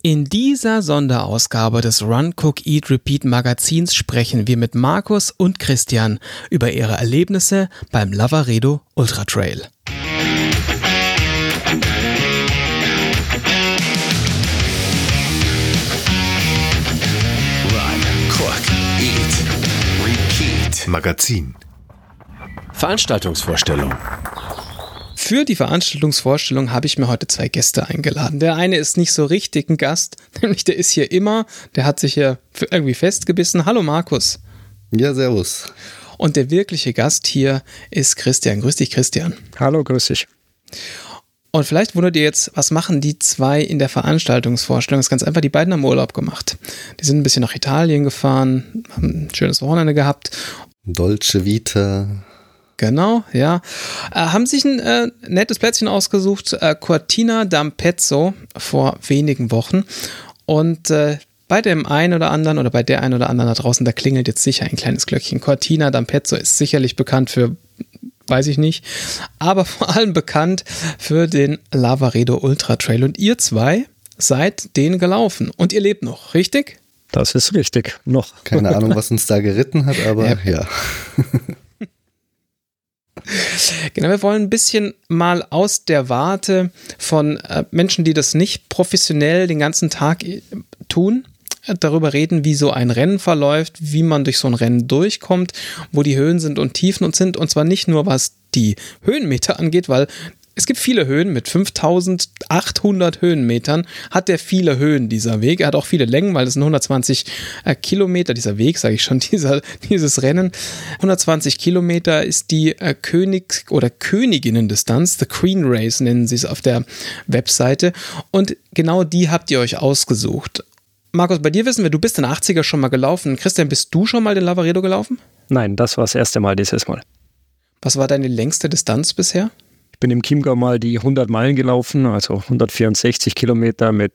In dieser Sonderausgabe des Run, Cook, Eat, Repeat Magazins sprechen wir mit Markus und Christian über ihre Erlebnisse beim Lavaredo Ultra Trail. Run, Cook, Eat, Repeat Magazin. Veranstaltungsvorstellung. Für die Veranstaltungsvorstellung habe ich mir heute 2 Gäste eingeladen. Der eine ist nicht so richtig ein Gast, nämlich der ist hier immer, der hat sich hier irgendwie festgebissen. Hallo Markus. Ja, servus. Und der wirkliche Gast hier ist Christian. Grüß dich, Christian. Hallo, grüß dich. Und vielleicht wundert ihr jetzt, was machen die 2 in der Veranstaltungsvorstellung? Das ist ganz einfach, die beiden haben Urlaub gemacht. Die sind ein bisschen nach Italien gefahren, haben ein schönes Wochenende gehabt. Dolce Vita. Genau, ja. Haben sich ein nettes Plätzchen ausgesucht, Cortina d'Ampezzo, vor wenigen Wochen. Und bei dem einen oder anderen oder bei der einen oder anderen da draußen, da klingelt jetzt sicher ein kleines Glöckchen. Cortina d'Ampezzo ist sicherlich bekannt für, weiß ich nicht, aber vor allem bekannt für den Lavaredo Ultra Trail. Und ihr 2 seid den gelaufen und ihr lebt noch, richtig? Das ist richtig, noch. Keine Ahnung, was uns da geritten hat, aber ja. Genau, wir wollen ein bisschen mal aus der Warte von Menschen, die das nicht professionell den ganzen Tag tun, darüber reden, wie so ein Rennen verläuft, wie man durch so ein Rennen durchkommt, wo die Höhen sind und Tiefen und sind. Und zwar nicht nur, was die Höhenmeter angeht, weil es gibt viele Höhen mit 5800 Höhenmetern, hat der viele Höhen, dieser Weg. Er hat auch viele Längen, weil es sind 120 Kilometer, dieser Weg, sage ich schon, dieses Rennen. 120 Kilometer ist die König- oder Königinnendistanz, The Queen Race nennen sie es auf der Webseite. Und genau die habt ihr euch ausgesucht. Markus, bei dir wissen wir, du bist in den 80er schon mal gelaufen. Christian, bist du schon mal den Lavaredo gelaufen? Nein, das war das erste Mal dieses Mal. Was war deine längste Distanz bisher? Ich bin im Chiemgau mal die 100 Meilen gelaufen, also 164 Kilometer mit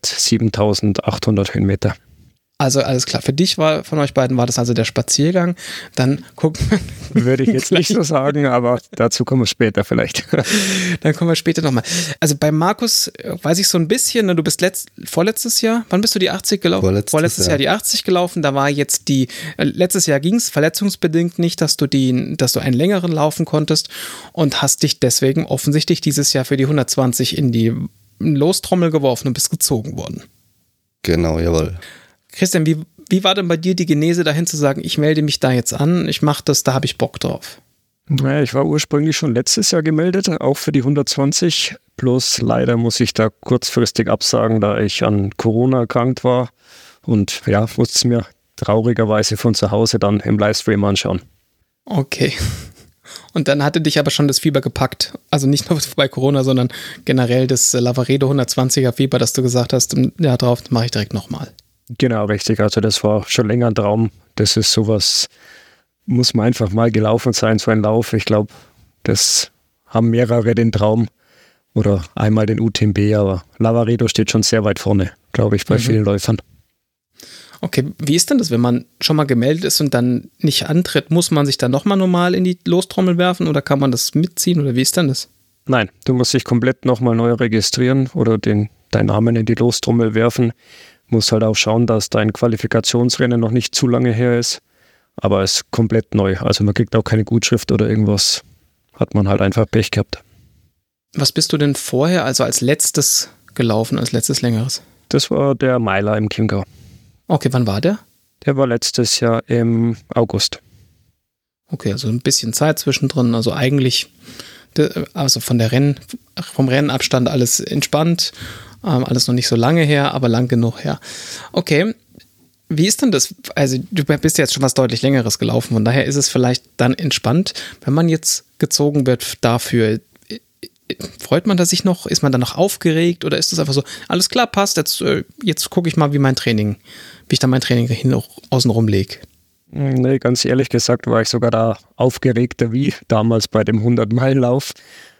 7800 Höhenmeter. Also alles klar, für dich von euch beiden war das also der Spaziergang. Dann gucken wir. Würde ich jetzt nicht so sagen, aber dazu kommen wir später vielleicht. Dann kommen wir später nochmal. Also bei Markus weiß ich so ein bisschen, ne, du bist vorletztes Jahr, wann bist du die 80 gelaufen? Vorletztes Jahr die 80 gelaufen, da war jetzt letztes Jahr ging es verletzungsbedingt nicht, dass du einen längeren laufen konntest und hast dich deswegen offensichtlich dieses Jahr für die 120 in die Lostrommel geworfen und bist gezogen worden. Genau, jawohl. Christian, wie war denn bei dir die Genese dahin zu sagen, ich melde mich da jetzt an, ich mache das, da habe ich Bock drauf? Naja, ich war ursprünglich schon letztes Jahr gemeldet, auch für die 120. Bloß leider muss ich da kurzfristig absagen, da ich an Corona erkrankt war. Und ja, musste es mir traurigerweise von zu Hause dann im Livestream anschauen. Okay. Und dann hatte dich aber schon das Fieber gepackt. Also nicht nur bei Corona, sondern generell das Lavaredo 120er Fieber, dass du gesagt hast, ja, drauf mache ich direkt nochmal. Genau, richtig. Also das war schon länger ein Traum. Das ist sowas, muss man einfach mal gelaufen sein, so ein Lauf. Ich glaube, das haben mehrere den Traum oder einmal den UTMB, aber Lavaredo steht schon sehr weit vorne, glaube ich, bei vielen Läufern. Okay, wie ist denn das, wenn man schon mal gemeldet ist und dann nicht antritt? Muss man sich dann nochmal normal in die Lostrommel werfen oder kann man das mitziehen oder wie ist denn das? Nein, du musst dich komplett nochmal neu registrieren oder deinen Namen in die Lostrommel werfen. Muss halt auch schauen, dass dein Qualifikationsrennen noch nicht zu lange her ist, aber es ist komplett neu. Also man kriegt auch keine Gutschrift oder irgendwas. Hat man halt einfach Pech gehabt. Was bist du denn vorher, also als letztes gelaufen, als letztes längeres? Das war der Meiler im Chiemgau. Okay, wann war der? Der war letztes Jahr im August. Okay, also ein bisschen Zeit zwischendrin, also eigentlich, also vom Rennabstand alles entspannt. Alles noch nicht so lange her, aber lang genug her. Okay, wie ist denn das? Also du bist ja jetzt schon was deutlich Längeres gelaufen, von daher ist es vielleicht dann entspannt, wenn man jetzt gezogen wird dafür. Freut man da sich noch? Ist man dann noch aufgeregt oder ist es einfach so, alles klar, passt, jetzt gucke ich mal, wie ich da mein Training außen rumlege? Nee, ganz ehrlich gesagt war ich sogar da aufgeregter wie damals bei dem 100-Meilen-Lauf.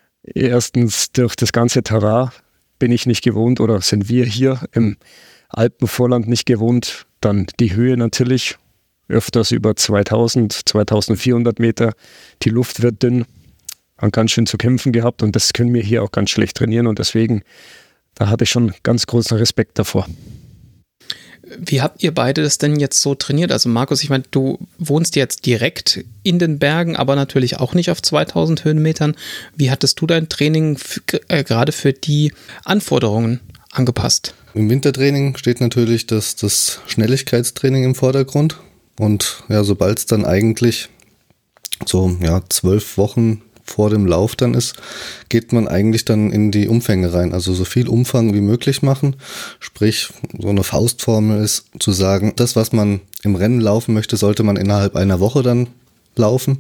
Erstens durch das ganze Terrain bin ich nicht gewohnt oder sind wir hier im Alpenvorland nicht gewohnt. Dann die Höhe natürlich, öfters über 2000, 2400 Meter. Die Luft wird dünn, man ganz schön zu kämpfen gehabt und das können wir hier auch ganz schlecht trainieren und deswegen, da hatte ich schon ganz großen Respekt davor. Wie habt ihr beide das denn jetzt so trainiert? Also Markus, ich meine, du wohnst jetzt direkt in den Bergen, aber natürlich auch nicht auf 2000 Höhenmetern. Wie hattest du dein Training gerade für die Anforderungen angepasst? Im Wintertraining steht natürlich das Schnelligkeitstraining im Vordergrund. Und ja, sobald es dann eigentlich so 12 Wochen vor dem Lauf dann ist, geht man eigentlich dann in die Umfänge rein. Also so viel Umfang wie möglich machen. Sprich, so eine Faustformel ist zu sagen, das, was man im Rennen laufen möchte, sollte man innerhalb einer Woche dann laufen.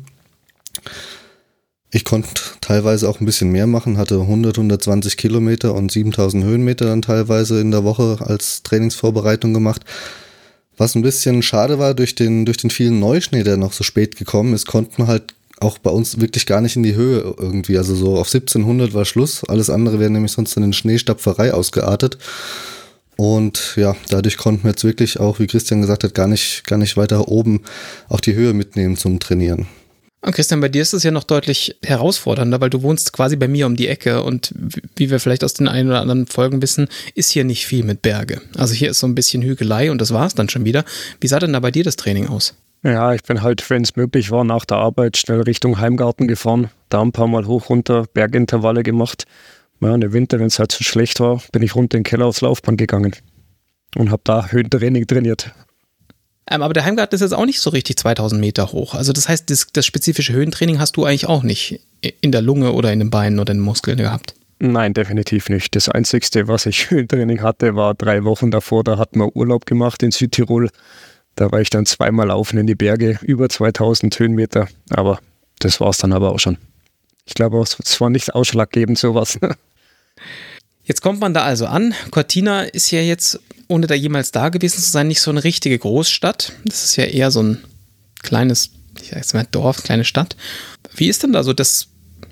Ich konnte teilweise auch ein bisschen mehr machen, hatte 120 Kilometer und 7000 Höhenmeter dann teilweise in der Woche als Trainingsvorbereitung gemacht. Was ein bisschen schade war, durch den vielen Neuschnee, der noch so spät gekommen ist, konnten wir halt auch bei uns wirklich gar nicht in die Höhe irgendwie. Also so auf 1700 war Schluss. Alles andere wäre nämlich sonst dann in Schneestapferei ausgeartet. Und ja, dadurch konnten wir jetzt wirklich auch, wie Christian gesagt hat, gar nicht weiter oben auch die Höhe mitnehmen zum Trainieren. Und Christian, bei dir ist es ja noch deutlich herausfordernder, weil du wohnst quasi bei mir um die Ecke und wie wir vielleicht aus den ein oder anderen Folgen wissen, ist hier nicht viel mit Berge. Also hier ist so ein bisschen Hügelei und das war es dann schon wieder. Wie sah denn da bei dir das Training aus? Ja, ich bin halt, wenn es möglich war, nach der Arbeit schnell Richtung Heimgarten gefahren, da ein paar Mal hoch, runter, Bergintervalle gemacht. Ja, im Winter, wenn es halt zu schlecht war, bin ich runter in den Keller aufs Laufband gegangen und habe da Höhentraining trainiert. Aber der Heimgarten ist jetzt auch nicht so richtig 2000 Meter hoch. Also das heißt, das spezifische Höhentraining hast du eigentlich auch nicht in der Lunge oder in den Beinen oder in den Muskeln gehabt? Nein, definitiv nicht. Das Einzige, was ich Höhentraining hatte, war 3 Wochen davor, da hatten wir Urlaub gemacht in Südtirol. Da war ich dann 2-mal laufen in die Berge, über 2000 Höhenmeter. Aber das war es dann aber auch schon. Ich glaube, es war nicht ausschlaggebend sowas. Jetzt kommt man da also an. Cortina ist ja jetzt, ohne da jemals da gewesen zu sein, nicht so eine richtige Großstadt. Das ist ja eher so ein kleines, ich sag jetzt mal Dorf, kleine Stadt. Wie ist denn da so das,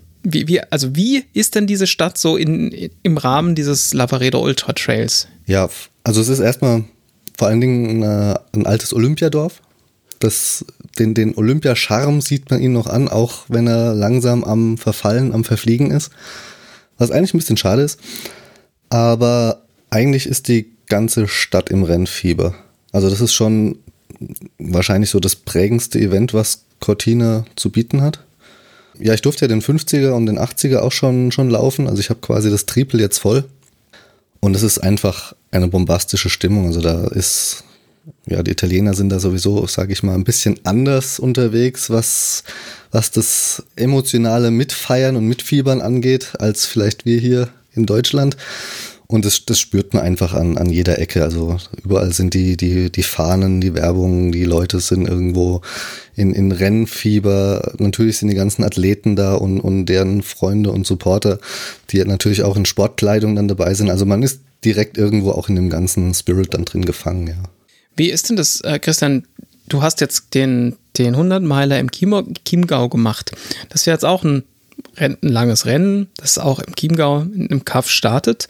wie ist denn diese Stadt so im Rahmen dieses Lavaredo Ultra Trails? Ja, also es ist erstmal vor allen Dingen ein altes Olympiadorf. Den Olympia-Charme sieht man ihn noch an, auch wenn er langsam am Verfallen, am Verfliegen ist. Was eigentlich ein bisschen schade ist. Aber eigentlich ist die ganze Stadt im Rennfieber. Also das ist schon wahrscheinlich so das prägendste Event, was Cortina zu bieten hat. Ja, ich durfte ja den 50er und den 80er auch schon laufen. Also ich habe quasi das Triple jetzt voll. Und es ist einfach eine bombastische Stimmung. Also da ist, ja, die Italiener sind da sowieso, sage ich mal, ein bisschen anders unterwegs, was das emotionale Mitfeiern und Mitfiebern angeht, als vielleicht wir hier in Deutschland. Und das spürt man einfach an jeder Ecke. Also überall sind die Fahnen, die Werbung, die Leute sind irgendwo in Rennfieber. Natürlich sind die ganzen Athleten da und deren Freunde und Supporter, die natürlich auch in Sportkleidung dann dabei sind. Also man ist direkt irgendwo auch in dem ganzen Spirit dann drin gefangen, ja. Wie ist denn das, Christian? Du hast jetzt den 100-Meiler im Chiemgau gemacht. Das ist ja jetzt auch ein langes Rennen, das auch im Chiemgau im Kaff startet.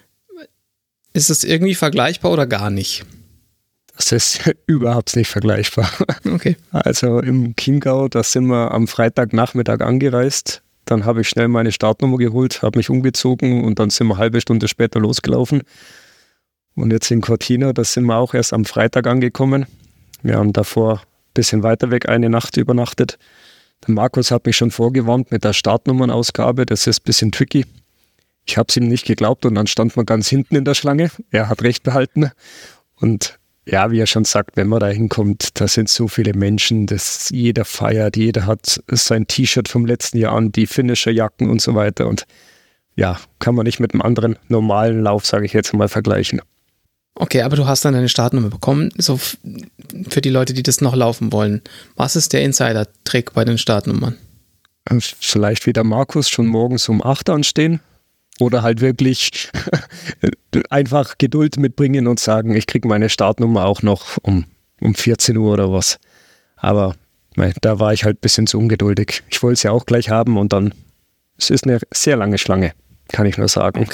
Ist es irgendwie vergleichbar oder gar nicht? Das ist überhaupt nicht vergleichbar. Okay. Also im Chiemgau, da sind wir am Freitagnachmittag angereist. Dann habe ich schnell meine Startnummer geholt, habe mich umgezogen und dann sind wir eine halbe Stunde später losgelaufen. Und jetzt in Cortina, da sind wir auch erst am Freitag angekommen. Wir haben davor ein bisschen weiter weg eine Nacht übernachtet. Der Markus hat mich schon vorgewarnt mit der Startnummernausgabe, das ist ein bisschen tricky. Ich habe es ihm nicht geglaubt und dann stand man ganz hinten in der Schlange. Er hat recht behalten. Und ja, wie er schon sagt, wenn man da hinkommt, da sind so viele Menschen, dass jeder feiert, jeder hat sein T-Shirt vom letzten Jahr an, die Finisher-Jacken und so weiter. Und ja, kann man nicht mit einem anderen normalen Lauf, sage ich jetzt mal, vergleichen. Okay, aber du hast dann deine Startnummer bekommen. So für die Leute, die das noch laufen wollen. Was ist der Insider-Trick bei den Startnummern? Vielleicht wie der Markus schon morgens um 8 anstehen. Oder halt wirklich einfach Geduld mitbringen und sagen, ich kriege meine Startnummer auch noch um 14 Uhr oder was. Aber da war ich halt ein bisschen zu ungeduldig. Ich wollte es ja auch gleich haben und dann, es ist eine sehr lange Schlange, kann ich nur sagen.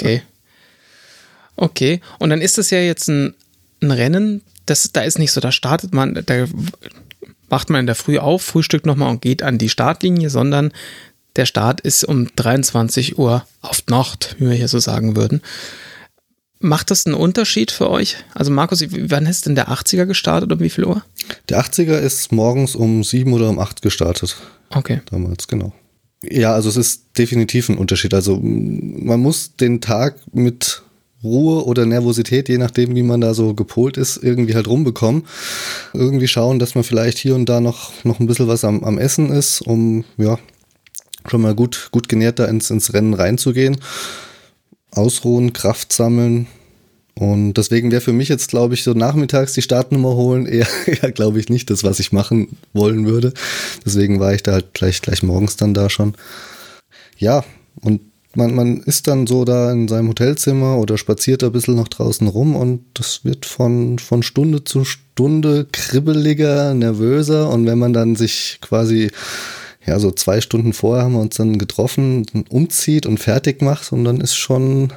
Okay, und dann ist das ja jetzt ein Rennen, da ist nicht so, da startet man, da wacht man in der Früh auf, frühstückt nochmal und geht an die Startlinie, sondern der Start ist um 23 Uhr auf die Nacht, wie wir hier so sagen würden. Macht das einen Unterschied für euch? Also Markus, wann ist denn der 80er gestartet, um wie viel Uhr? Der 80er ist morgens um 7 oder um 8 gestartet. Okay. Damals, genau. Ja, also es ist definitiv ein Unterschied. Also man muss den Tag mit Ruhe oder Nervosität, je nachdem, wie man da so gepolt ist, irgendwie halt rumbekommen. Irgendwie schauen, dass man vielleicht hier und da noch ein bisschen was am Essen ist, um ja schon mal gut genährt da ins Rennen reinzugehen. Ausruhen, Kraft sammeln. Und deswegen wäre für mich jetzt, glaube ich, so nachmittags die Startnummer holen eher glaube ich, nicht das, was ich machen wollen würde. Deswegen war ich da halt gleich morgens dann da schon. Ja, und man ist dann so da in seinem Hotelzimmer oder spaziert ein bisschen noch draußen rum und das wird von Stunde zu Stunde kribbeliger, nervöser und wenn man dann sich quasi, ja, so 2 Stunden vorher haben wir uns dann getroffen, umzieht und fertig macht und dann ist schon,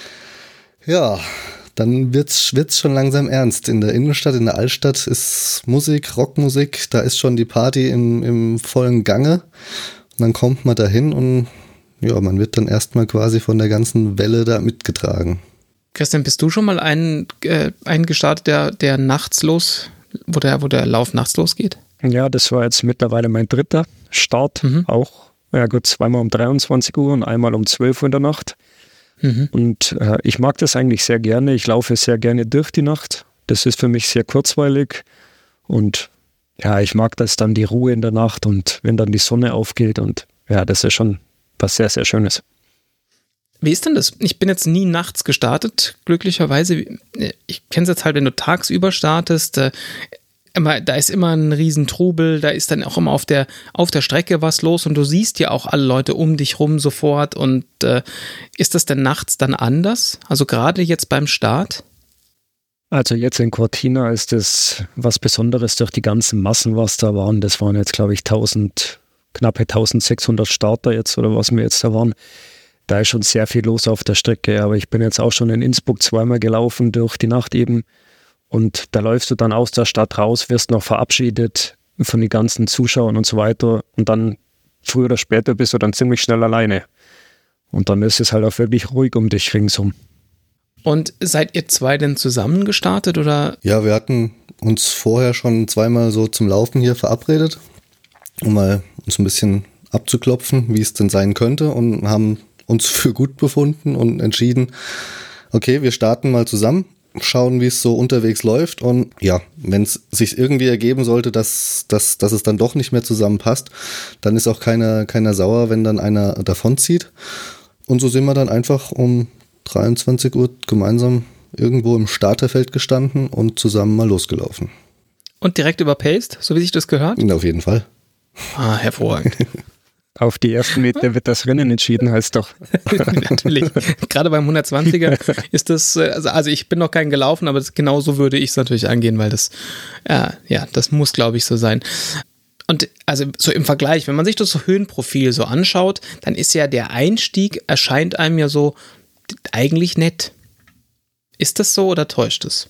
ja, dann wird's schon langsam ernst. In der Innenstadt, in der Altstadt ist Musik, Rockmusik, da ist schon die Party im vollen Gange und dann kommt man dahin und ja, man wird dann erstmal quasi von der ganzen Welle da mitgetragen. Christian, bist du schon mal einen gestartet, der nachts wo der Lauf nachts losgeht? Ja, das war jetzt mittlerweile mein 3. Start. Auch, ja gut, zweimal um 23 Uhr und einmal um 12 Uhr in der Nacht. Und ich mag das eigentlich sehr gerne. Ich laufe sehr gerne durch die Nacht. Das ist für mich sehr kurzweilig. Und ja, ich mag das dann die Ruhe in der Nacht und wenn dann die Sonne aufgeht und ja, das ist schon was sehr, sehr Schönes. Wie ist denn das? Ich bin jetzt nie nachts gestartet, glücklicherweise. Ich kenne es jetzt halt, wenn du tagsüber startest, da ist immer ein Riesentrubel, da ist dann auch immer auf der Strecke was los und du siehst ja auch alle Leute um dich rum sofort. Und ist das denn nachts dann anders? Also gerade jetzt beim Start? Also jetzt in Cortina ist es was Besonderes durch die ganzen Massen, was da waren. Das waren jetzt, glaube ich, knappe 1600 Starter jetzt oder was wir jetzt da waren. Da ist schon sehr viel los auf der Strecke, aber ich bin jetzt auch schon in Innsbruck zweimal gelaufen durch die Nacht eben und da läufst du dann aus der Stadt raus, wirst noch verabschiedet von den ganzen Zuschauern und so weiter und dann früher oder später bist du dann ziemlich schnell alleine und dann ist es halt auch wirklich ruhig um dich ringsum. Und seid ihr zwei denn zusammen gestartet oder? Ja, wir hatten uns vorher schon zweimal so zum Laufen hier verabredet, um mal uns ein bisschen abzuklopfen, wie es denn sein könnte und haben uns für gut befunden und entschieden, okay, wir starten mal zusammen, schauen, wie es so unterwegs läuft und ja, wenn es sich irgendwie ergeben sollte, dass es dann doch nicht mehr zusammenpasst, dann ist auch keiner sauer, wenn dann einer davonzieht und so sind wir dann einfach um 23 Uhr gemeinsam irgendwo im Starterfeld gestanden und zusammen mal losgelaufen. Und direkt überpaced, so wie sich das gehört? Auf jeden Fall. Ah, hervorragend. Auf die ersten Meter wird das Rennen entschieden, heißt doch. Natürlich. Gerade beim 120er ist das, also ich bin noch keinen gelaufen, aber genauso würde ich es natürlich angehen, weil das, das muss, glaube ich, so sein. Und also so im Vergleich, wenn man sich das Höhenprofil so anschaut, dann ist ja der Einstieg, erscheint einem ja so eigentlich nett. Ist das so oder täuscht es?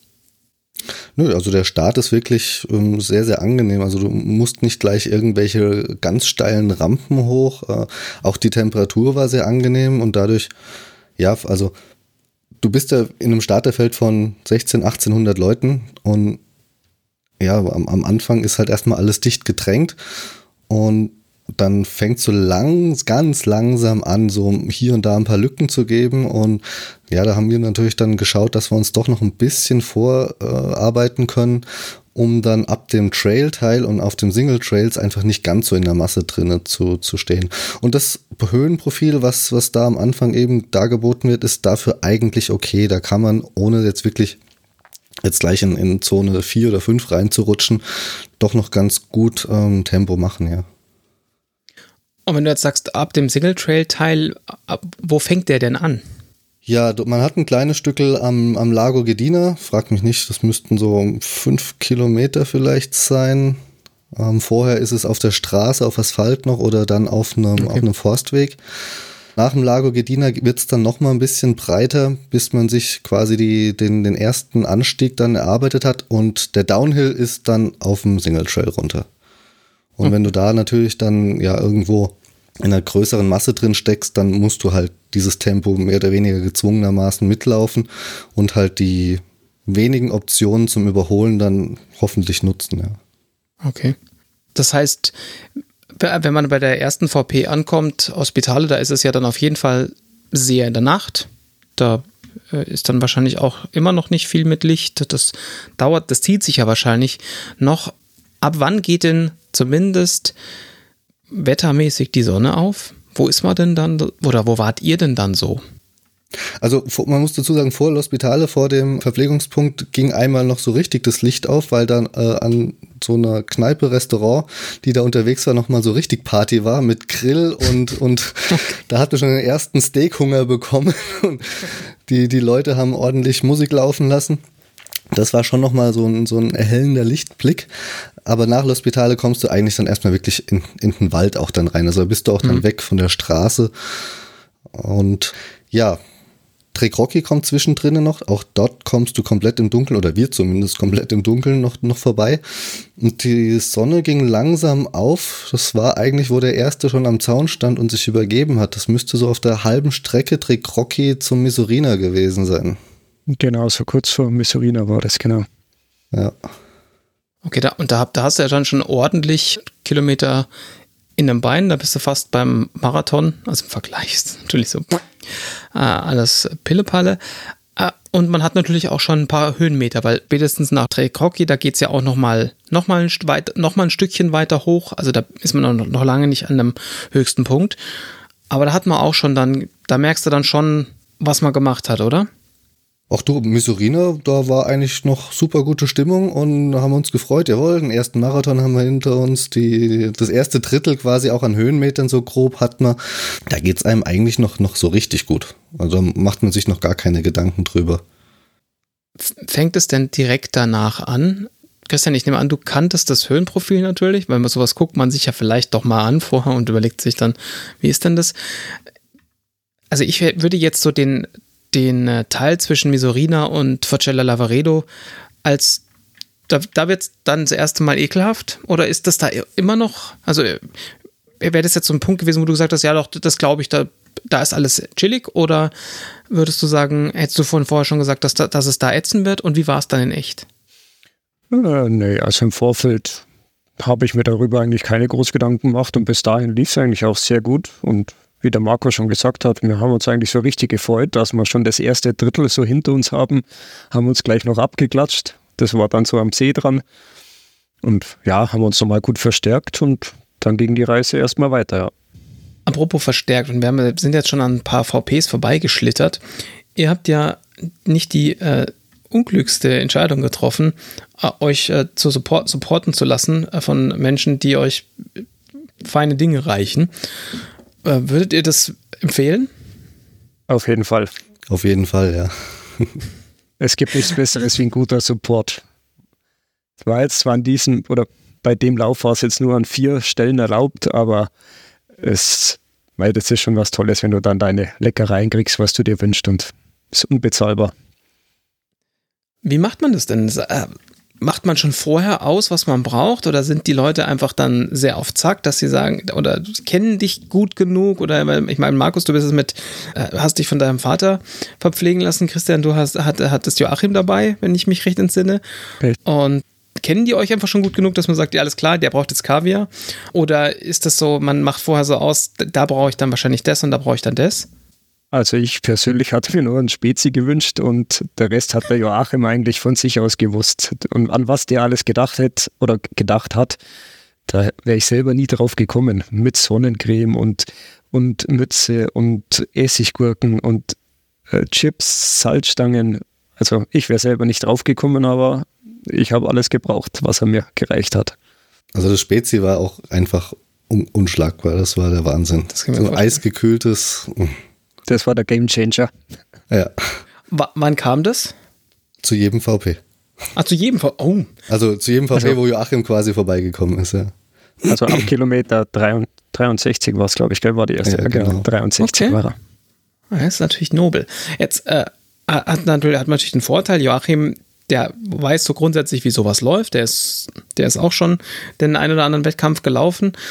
Nö, also der Start ist wirklich sehr, sehr angenehm. Also du musst nicht gleich irgendwelche ganz steilen Rampen hoch. Auch die Temperatur war sehr angenehm und dadurch, ja, also du bist ja in einem Starterfeld von 1800 Leuten und ja, am Anfang ist halt erstmal alles dicht gedrängt und dann fängt so ganz langsam an, so hier und da ein paar Lücken zu geben und ja, da haben wir natürlich dann geschaut, dass wir uns doch noch ein bisschen vorarbeiten können, um dann ab dem Trail-Teil und auf dem Single-Trails einfach nicht ganz so in der Masse drinne zu stehen. Und das Höhenprofil, was da am Anfang eben dargeboten wird, ist dafür eigentlich okay. Da kann man, ohne jetzt wirklich jetzt gleich in Zone 4 oder 5 reinzurutschen, doch noch ganz gut Tempo machen, ja. Und wenn du jetzt sagst, ab dem Single-Trail-Teil, wo fängt der denn an? Ja, man hat ein kleines Stückel am Lago Ghedina, frag mich nicht, das müssten so 5 Kilometer vielleicht sein. Vorher ist es auf der Straße, auf Asphalt noch oder dann auf einem Forstweg. Nach dem Lago Ghedina wird es dann nochmal ein bisschen breiter, bis man sich quasi den ersten Anstieg dann erarbeitet hat und der Downhill ist dann auf dem Single Trail runter. Und wenn du da natürlich dann ja irgendwo in einer größeren Masse drin steckst, dann musst du halt dieses Tempo mehr oder weniger gezwungenermaßen mitlaufen und halt die wenigen Optionen zum Überholen dann hoffentlich nutzen. Ja. Okay. Das heißt, wenn man bei der ersten VP ankommt, Hospitale, da ist es ja dann auf jeden Fall sehr in der Nacht. Da ist dann wahrscheinlich auch immer noch nicht viel mit Licht. Das zieht sich ja wahrscheinlich noch. Ab wann geht denn zumindest wettermäßig die Sonne auf? Wo ist man denn dann, oder wo wart ihr denn dann so? Also man muss dazu sagen, vor L'Hospitale, vor dem Verpflegungspunkt, ging einmal noch so richtig das Licht auf, weil dann an so einer Kneipe, Restaurant, die da unterwegs war, nochmal so richtig Party war mit Grill und da hatten wir schon den ersten Steakhunger bekommen und die Leute haben ordentlich Musik laufen lassen. Das war schon nochmal so ein erhellender Lichtblick. Aber nach L'Hospitale kommst du eigentlich dann erstmal wirklich in den Wald auch dann rein. Also da bist du auch dann weg von der Straße. Und ja, Tre Crocchi kommt zwischendrin noch. Auch dort kommst du komplett im Dunkeln, oder wir zumindest komplett im Dunkeln noch vorbei. Und die Sonne ging langsam auf. Das war eigentlich, wo der Erste schon am Zaun stand und sich übergeben hat. Das müsste so auf der halben Strecke Tre Crocchi zum Misurina gewesen sein. Genau, so kurz vor Misurina war das, genau. Ja. Okay, da hast du ja dann schon ordentlich Kilometer in den Beinen, da bist du fast beim Marathon, also im Vergleich ist natürlich so alles Pillepalle. Und man hat natürlich auch schon ein paar Höhenmeter, weil spätestens nach Tre Crocchi, da geht es ja auch noch mal ein Stückchen weiter hoch, also da ist man noch lange nicht an dem höchsten Punkt. Aber da hat man auch schon dann, da merkst du dann schon, was man gemacht hat, oder? Auch du, Misurina, da war eigentlich noch super gute Stimmung und haben uns gefreut. Jawohl, den ersten Marathon haben wir hinter uns. Das erste Drittel quasi auch an Höhenmetern so grob hat man. Da geht's einem eigentlich noch so richtig gut. Also macht man sich noch gar keine Gedanken drüber. Fängt es denn direkt danach an? Christian, ich nehme an, du kanntest das Höhenprofil natürlich, weil man sowas guckt man sich ja vielleicht doch mal an vorher und überlegt sich dann, wie ist denn das? Also ich würde jetzt so den Teil zwischen Misurina und Forcella Lavaredo da wird es dann das erste Mal ekelhaft? Oder ist das da immer noch, also wäre das jetzt so ein Punkt gewesen, wo du gesagt hast, ja doch, das glaube ich, da ist alles chillig? Oder würdest du sagen, hättest du vorher schon gesagt, dass es da ätzen wird? Und wie war es dann in echt? Nee, also im Vorfeld habe ich mir darüber eigentlich keine großen Gedanken gemacht und bis dahin lief es eigentlich auch sehr gut und wie der Marco schon gesagt hat, wir haben uns eigentlich so richtig gefreut, dass wir schon das erste Drittel so hinter uns haben uns gleich noch abgeklatscht. Das war dann so am See dran. Und ja, haben uns nochmal gut verstärkt und dann ging die Reise erstmal weiter, ja. Apropos verstärkt, und wir sind jetzt schon an ein paar VPs vorbeigeschlittert. Ihr habt ja nicht die unklügste Entscheidung getroffen, euch zu supporten zu lassen von Menschen, die euch feine Dinge reichen. Würdet ihr das empfehlen? Auf jeden Fall. Auf jeden Fall, ja. Es gibt nichts Besseres wie ein guter Support. Es war jetzt zwar bei dem Lauf war es jetzt nur an 4 Stellen erlaubt, aber das ist schon was Tolles, wenn du dann deine Leckereien kriegst, was du dir wünschst und ist unbezahlbar. Wie macht man das denn? Macht man schon vorher aus, was man braucht, oder sind die Leute einfach dann sehr auf Zack, dass sie sagen, oder kennen dich gut genug, oder ich meine, Markus, du bist es hast dich von deinem Vater verpflegen lassen, Christian, du hattest Joachim dabei, wenn ich mich recht entsinne, okay. Und kennen die euch einfach schon gut genug, dass man sagt, ja, alles klar, der braucht jetzt Kaviar, oder ist das so, man macht vorher so aus, da brauche ich dann wahrscheinlich das und da brauche ich dann das? Also ich persönlich hatte mir nur einen Spezi gewünscht und der Rest hat der Joachim eigentlich von sich aus gewusst. Und an was der alles gedacht hat, da wäre ich selber nie drauf gekommen. Mit Sonnencreme und Mütze und Essiggurken und Chips, Salzstangen. Also ich wäre selber nicht drauf gekommen, aber ich habe alles gebraucht, was er mir gereicht hat. Also das Spezi war auch einfach unschlagbar. Das war der Wahnsinn. So eisgekühltes... Das war der Gamechanger. Ja. Wann kam das? Zu jedem VP. Zu jedem VP? Oh. Also zu jedem VP, wo Joachim quasi vorbeigekommen ist, ja. Also ab Kilometer 63 war es, glaube ich, war die erste. Ja, genau. 63 war er. Das ist natürlich nobel. Jetzt hat man natürlich den Vorteil, Joachim, der weiß so grundsätzlich, wie sowas läuft. Der ist auch schon den einen oder anderen Wettkampf gelaufen.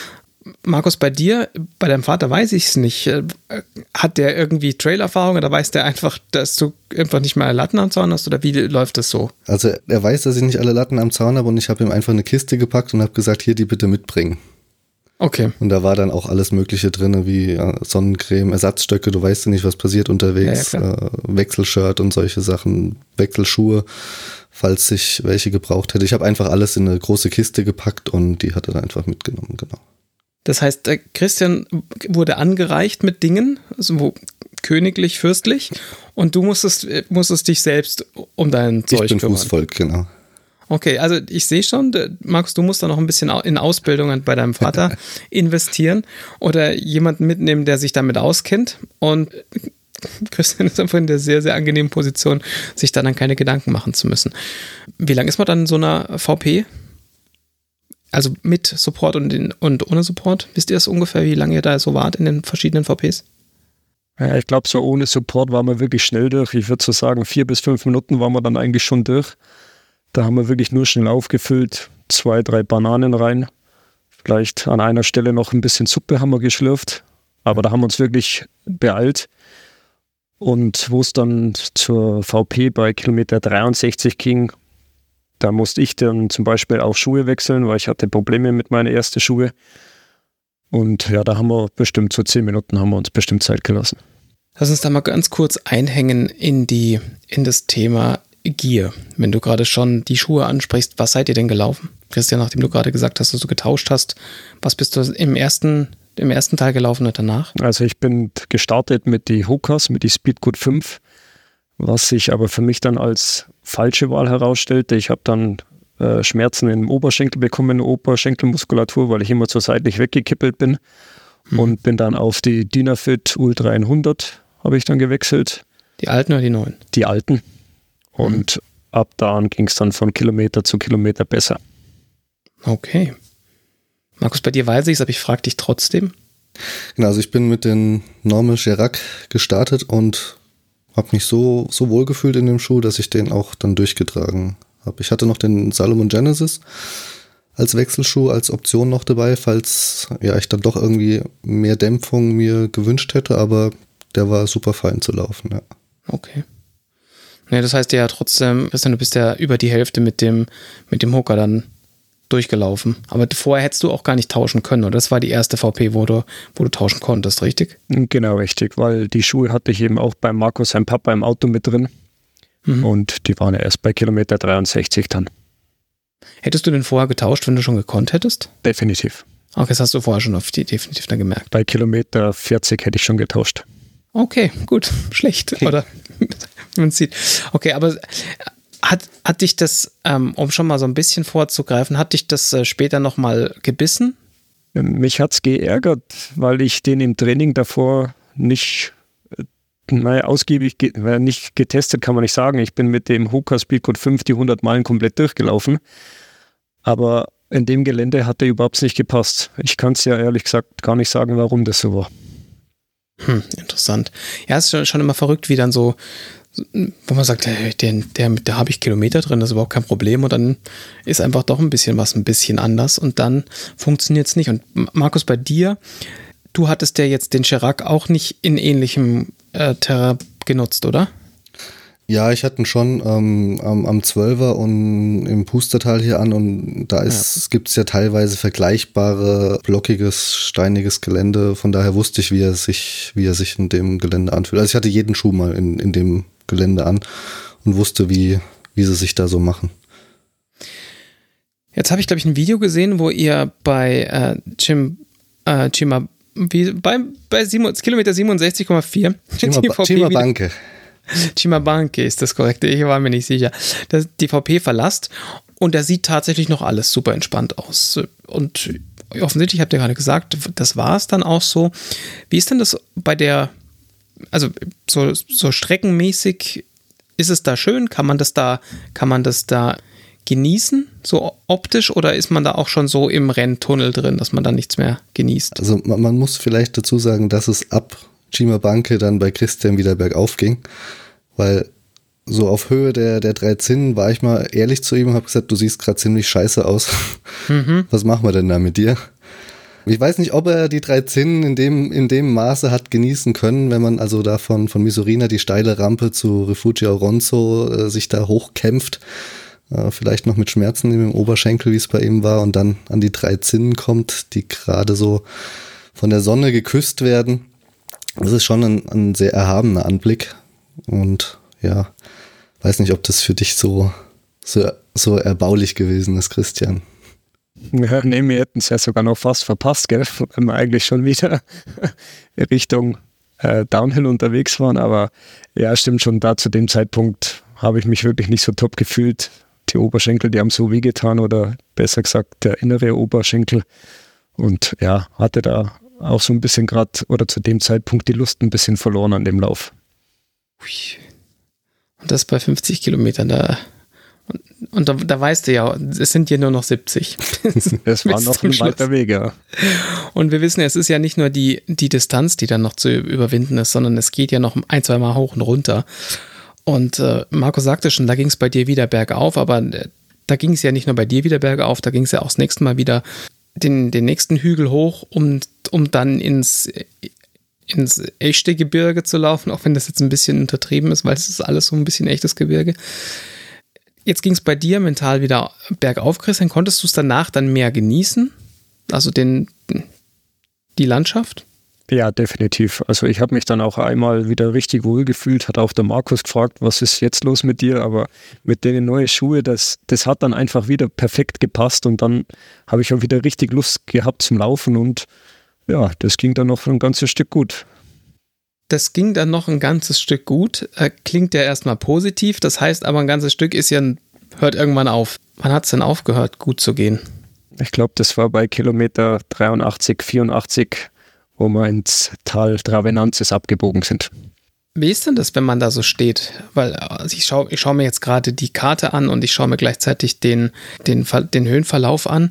Markus, bei dir, bei deinem Vater weiß ich es nicht. Hat der irgendwie Trailerfahrung oder weiß der einfach, dass du einfach nicht mehr Latten am Zaun hast oder wie läuft das so? Also er weiß, dass ich nicht alle Latten am Zaun habe und ich habe ihm einfach eine Kiste gepackt und habe gesagt, hier, die bitte mitbringen. Okay. Und da war dann auch alles Mögliche drin, wie Sonnencreme, Ersatzstöcke, du weißt ja nicht, was passiert unterwegs, Ja, Wechselshirt und solche Sachen, Wechselschuhe, falls ich welche gebraucht hätte. Ich habe einfach alles in eine große Kiste gepackt und die hat er dann einfach mitgenommen, genau. Das heißt, Christian wurde angereicht mit Dingen, also königlich, fürstlich, und du musstest dich selbst um dein Zeug kümmern. Ich bin Fußvolk, genau. Okay, also ich sehe schon, Markus, du musst da noch ein bisschen in Ausbildung bei deinem Vater investieren oder jemanden mitnehmen, der sich damit auskennt. Und Christian ist einfach in der sehr, sehr angenehmen Position, sich dann keine Gedanken machen zu müssen. Wie lange ist man dann in so einer VP? Also mit Support und ohne Support? Wisst ihr es ungefähr, wie lange ihr da so wart in den verschiedenen VPs? Ja, ich glaube, so ohne Support waren wir wirklich schnell durch. Ich würde so sagen, 4 bis 5 Minuten waren wir dann eigentlich schon durch. Da haben wir wirklich nur schnell aufgefüllt, 2, 3 Bananen rein. Vielleicht an einer Stelle noch ein bisschen Suppe haben wir geschlürft. Aber da haben wir uns wirklich beeilt. Und wo es dann zur VP bei Kilometer 63 ging, da musste ich dann zum Beispiel auch Schuhe wechseln, weil ich hatte Probleme mit meinen ersten Schuhe. Und ja, da haben wir bestimmt so 10 Minuten haben wir uns bestimmt Zeit gelassen. Lass uns da mal ganz kurz einhängen in das Thema Gier. Wenn du gerade schon die Schuhe ansprichst, was seid ihr denn gelaufen? Christian, nachdem du gerade gesagt hast, dass du getauscht hast, was bist du im ersten Teil gelaufen und danach? Also ich bin gestartet mit die Hokas, mit die Speedgood 5, was sich aber für mich dann als falsche Wahl herausstellte. Ich habe dann Schmerzen im Oberschenkel bekommen, Oberschenkelmuskulatur, weil ich immer zur seitlich weggekippelt bin und bin dann auf die Dynafit Ultra 100 habe ich dann gewechselt. Die alten oder die neuen? Die alten. Und ab da ging es dann von Kilometer zu Kilometer besser. Okay. Markus, bei dir weiß ich es, aber ich frage dich trotzdem. Genau, also ich bin mit den Normal Gerac gestartet und habe mich so wohl gefühlt in dem Schuh, dass ich den auch dann durchgetragen habe. Ich hatte noch den Salomon Genesis als Wechselschuh, als Option noch dabei, falls ich dann doch irgendwie mehr Dämpfung mir gewünscht hätte, aber der war super fein zu laufen, ja. Okay. Ja, das heißt ja trotzdem, Christian, du bist ja über die Hälfte mit dem Hoka dann durchgelaufen. Aber vorher hättest du auch gar nicht tauschen können, oder? Das war die erste VP, wo du tauschen konntest, richtig? Genau, richtig, weil die Schuhe hatte ich eben auch bei Markus, seinem Papa, im Auto mit drin. Und die waren ja erst bei Kilometer 63 dann. Hättest du denn vorher getauscht, wenn du schon gekonnt hättest? Definitiv. Okay, das hast du vorher schon definitiv dann gemerkt. Bei Kilometer 40 hätte ich schon getauscht. Okay, gut. Schlecht, oder? Man sieht. Okay, aber hat dich das, um schon mal so ein bisschen vorzugreifen, hat dich das später nochmal gebissen? Mich hat es geärgert, weil ich den im Training davor nicht ausgiebig nicht getestet, kann man nicht sagen. Ich bin mit dem Hoka Speedgood 5 die 100 Meilen komplett durchgelaufen. Aber in dem Gelände hat der überhaupt nicht gepasst. Ich kann es ja ehrlich gesagt gar nicht sagen, warum das so war. Interessant. Ja, es ist schon immer verrückt, wie dann so, wo man sagt, da habe ich Kilometer drin, das ist überhaupt kein Problem, und dann ist einfach doch ein bisschen anders und dann funktioniert es nicht. Und Markus, bei dir, du hattest ja jetzt den Gerac auch nicht in ähnlichem Terrain genutzt, oder? Ja, ich hatte ihn schon am 12er und im Pustertal hier an, und da gibt es ja teilweise vergleichbare, blockiges, steiniges Gelände. Von daher wusste ich, wie er sich in dem Gelände anfühlt. Also ich hatte jeden Schuh mal in dem Gelände an und wusste, wie sie sich da so machen. Jetzt habe ich, glaube ich, ein Video gesehen, wo ihr bei bei Kilometer 67,4 Cimabanque. Cimabanque ist das korrekte, ich war mir nicht sicher, dass die VP verlasst, und da sieht tatsächlich noch alles super entspannt aus. Und offensichtlich habt ihr gerade gesagt, das war es dann auch so. Wie ist denn das bei der, also so streckenmäßig, ist es da schön? Kann man das da genießen, so optisch, oder ist man da auch schon so im Renntunnel drin, dass man da nichts mehr genießt? Also man muss vielleicht dazu sagen, dass es ab Cimabanque dann bei Christian wieder bergauf ging, weil so auf Höhe der 3 Zinnen war ich mal ehrlich zu ihm und habe gesagt, du siehst gerade ziemlich scheiße aus. Was machen wir denn da mit dir? Ich weiß nicht, ob er die 3 Zinnen in dem Maße hat genießen können, wenn man also da von Misurina die steile Rampe zu Rifugio Auronzo sich da hochkämpft. Vielleicht noch mit Schmerzen im Oberschenkel, wie es bei ihm war, und dann an die 3 Zinnen kommt, die gerade so von der Sonne geküsst werden. Das ist schon ein sehr erhabener Anblick. Und ja, weiß nicht, ob das für dich so erbaulich gewesen ist, Christian. Ja, nee, wir hätten es ja sogar noch fast verpasst, gell? Weil wir eigentlich schon wieder Richtung Downhill unterwegs waren. Aber ja, stimmt schon, da zu dem Zeitpunkt habe ich mich wirklich nicht so top gefühlt. Die Oberschenkel, die haben so wehgetan, oder besser gesagt der innere Oberschenkel. Und ja, hatte da auch so ein bisschen gerade, oder zu dem Zeitpunkt die Lust ein bisschen verloren an dem Lauf. Und das bei 50 Kilometern da. Und da weißt du ja, es sind ja nur noch 70. Es war noch ein weiter Weg, ja. Und wir wissen ja, es ist ja nicht nur die Distanz, die dann noch zu überwinden ist, sondern es geht ja noch 1-2 Mal hoch und runter. Und Marco sagte schon, da ging es bei dir wieder bergauf, aber da ging es ja nicht nur bei dir wieder bergauf, da ging es ja auch das nächste Mal wieder den nächsten Hügel hoch, um dann ins echte Gebirge zu laufen, auch wenn das jetzt ein bisschen untertrieben ist, weil es ist alles so ein bisschen echtes Gebirge. Jetzt ging es bei dir mental wieder bergauf, Christian. Konntest du es danach dann mehr genießen? Also die Landschaft? Ja, definitiv. Also ich habe mich dann auch einmal wieder richtig wohl gefühlt, hat auch der Markus gefragt, was ist jetzt los mit dir, aber mit den neuen Schuhe, das hat dann einfach wieder perfekt gepasst, und dann habe ich auch wieder richtig Lust gehabt zum Laufen, und ja, das ging dann noch ein ganzes Stück gut. Das ging dann noch ein ganzes Stück gut. Klingt ja erstmal positiv, das heißt aber ein ganzes Stück hört irgendwann auf. Wann hat es denn aufgehört, gut zu gehen? Ich glaube, das war bei Kilometer 83, 84, wo wir ins Tal Travenanzes abgebogen sind. Wie ist denn das, wenn man da so steht? Weil ich schau mir jetzt gerade die Karte an und ich schaue mir gleichzeitig den Höhenverlauf an.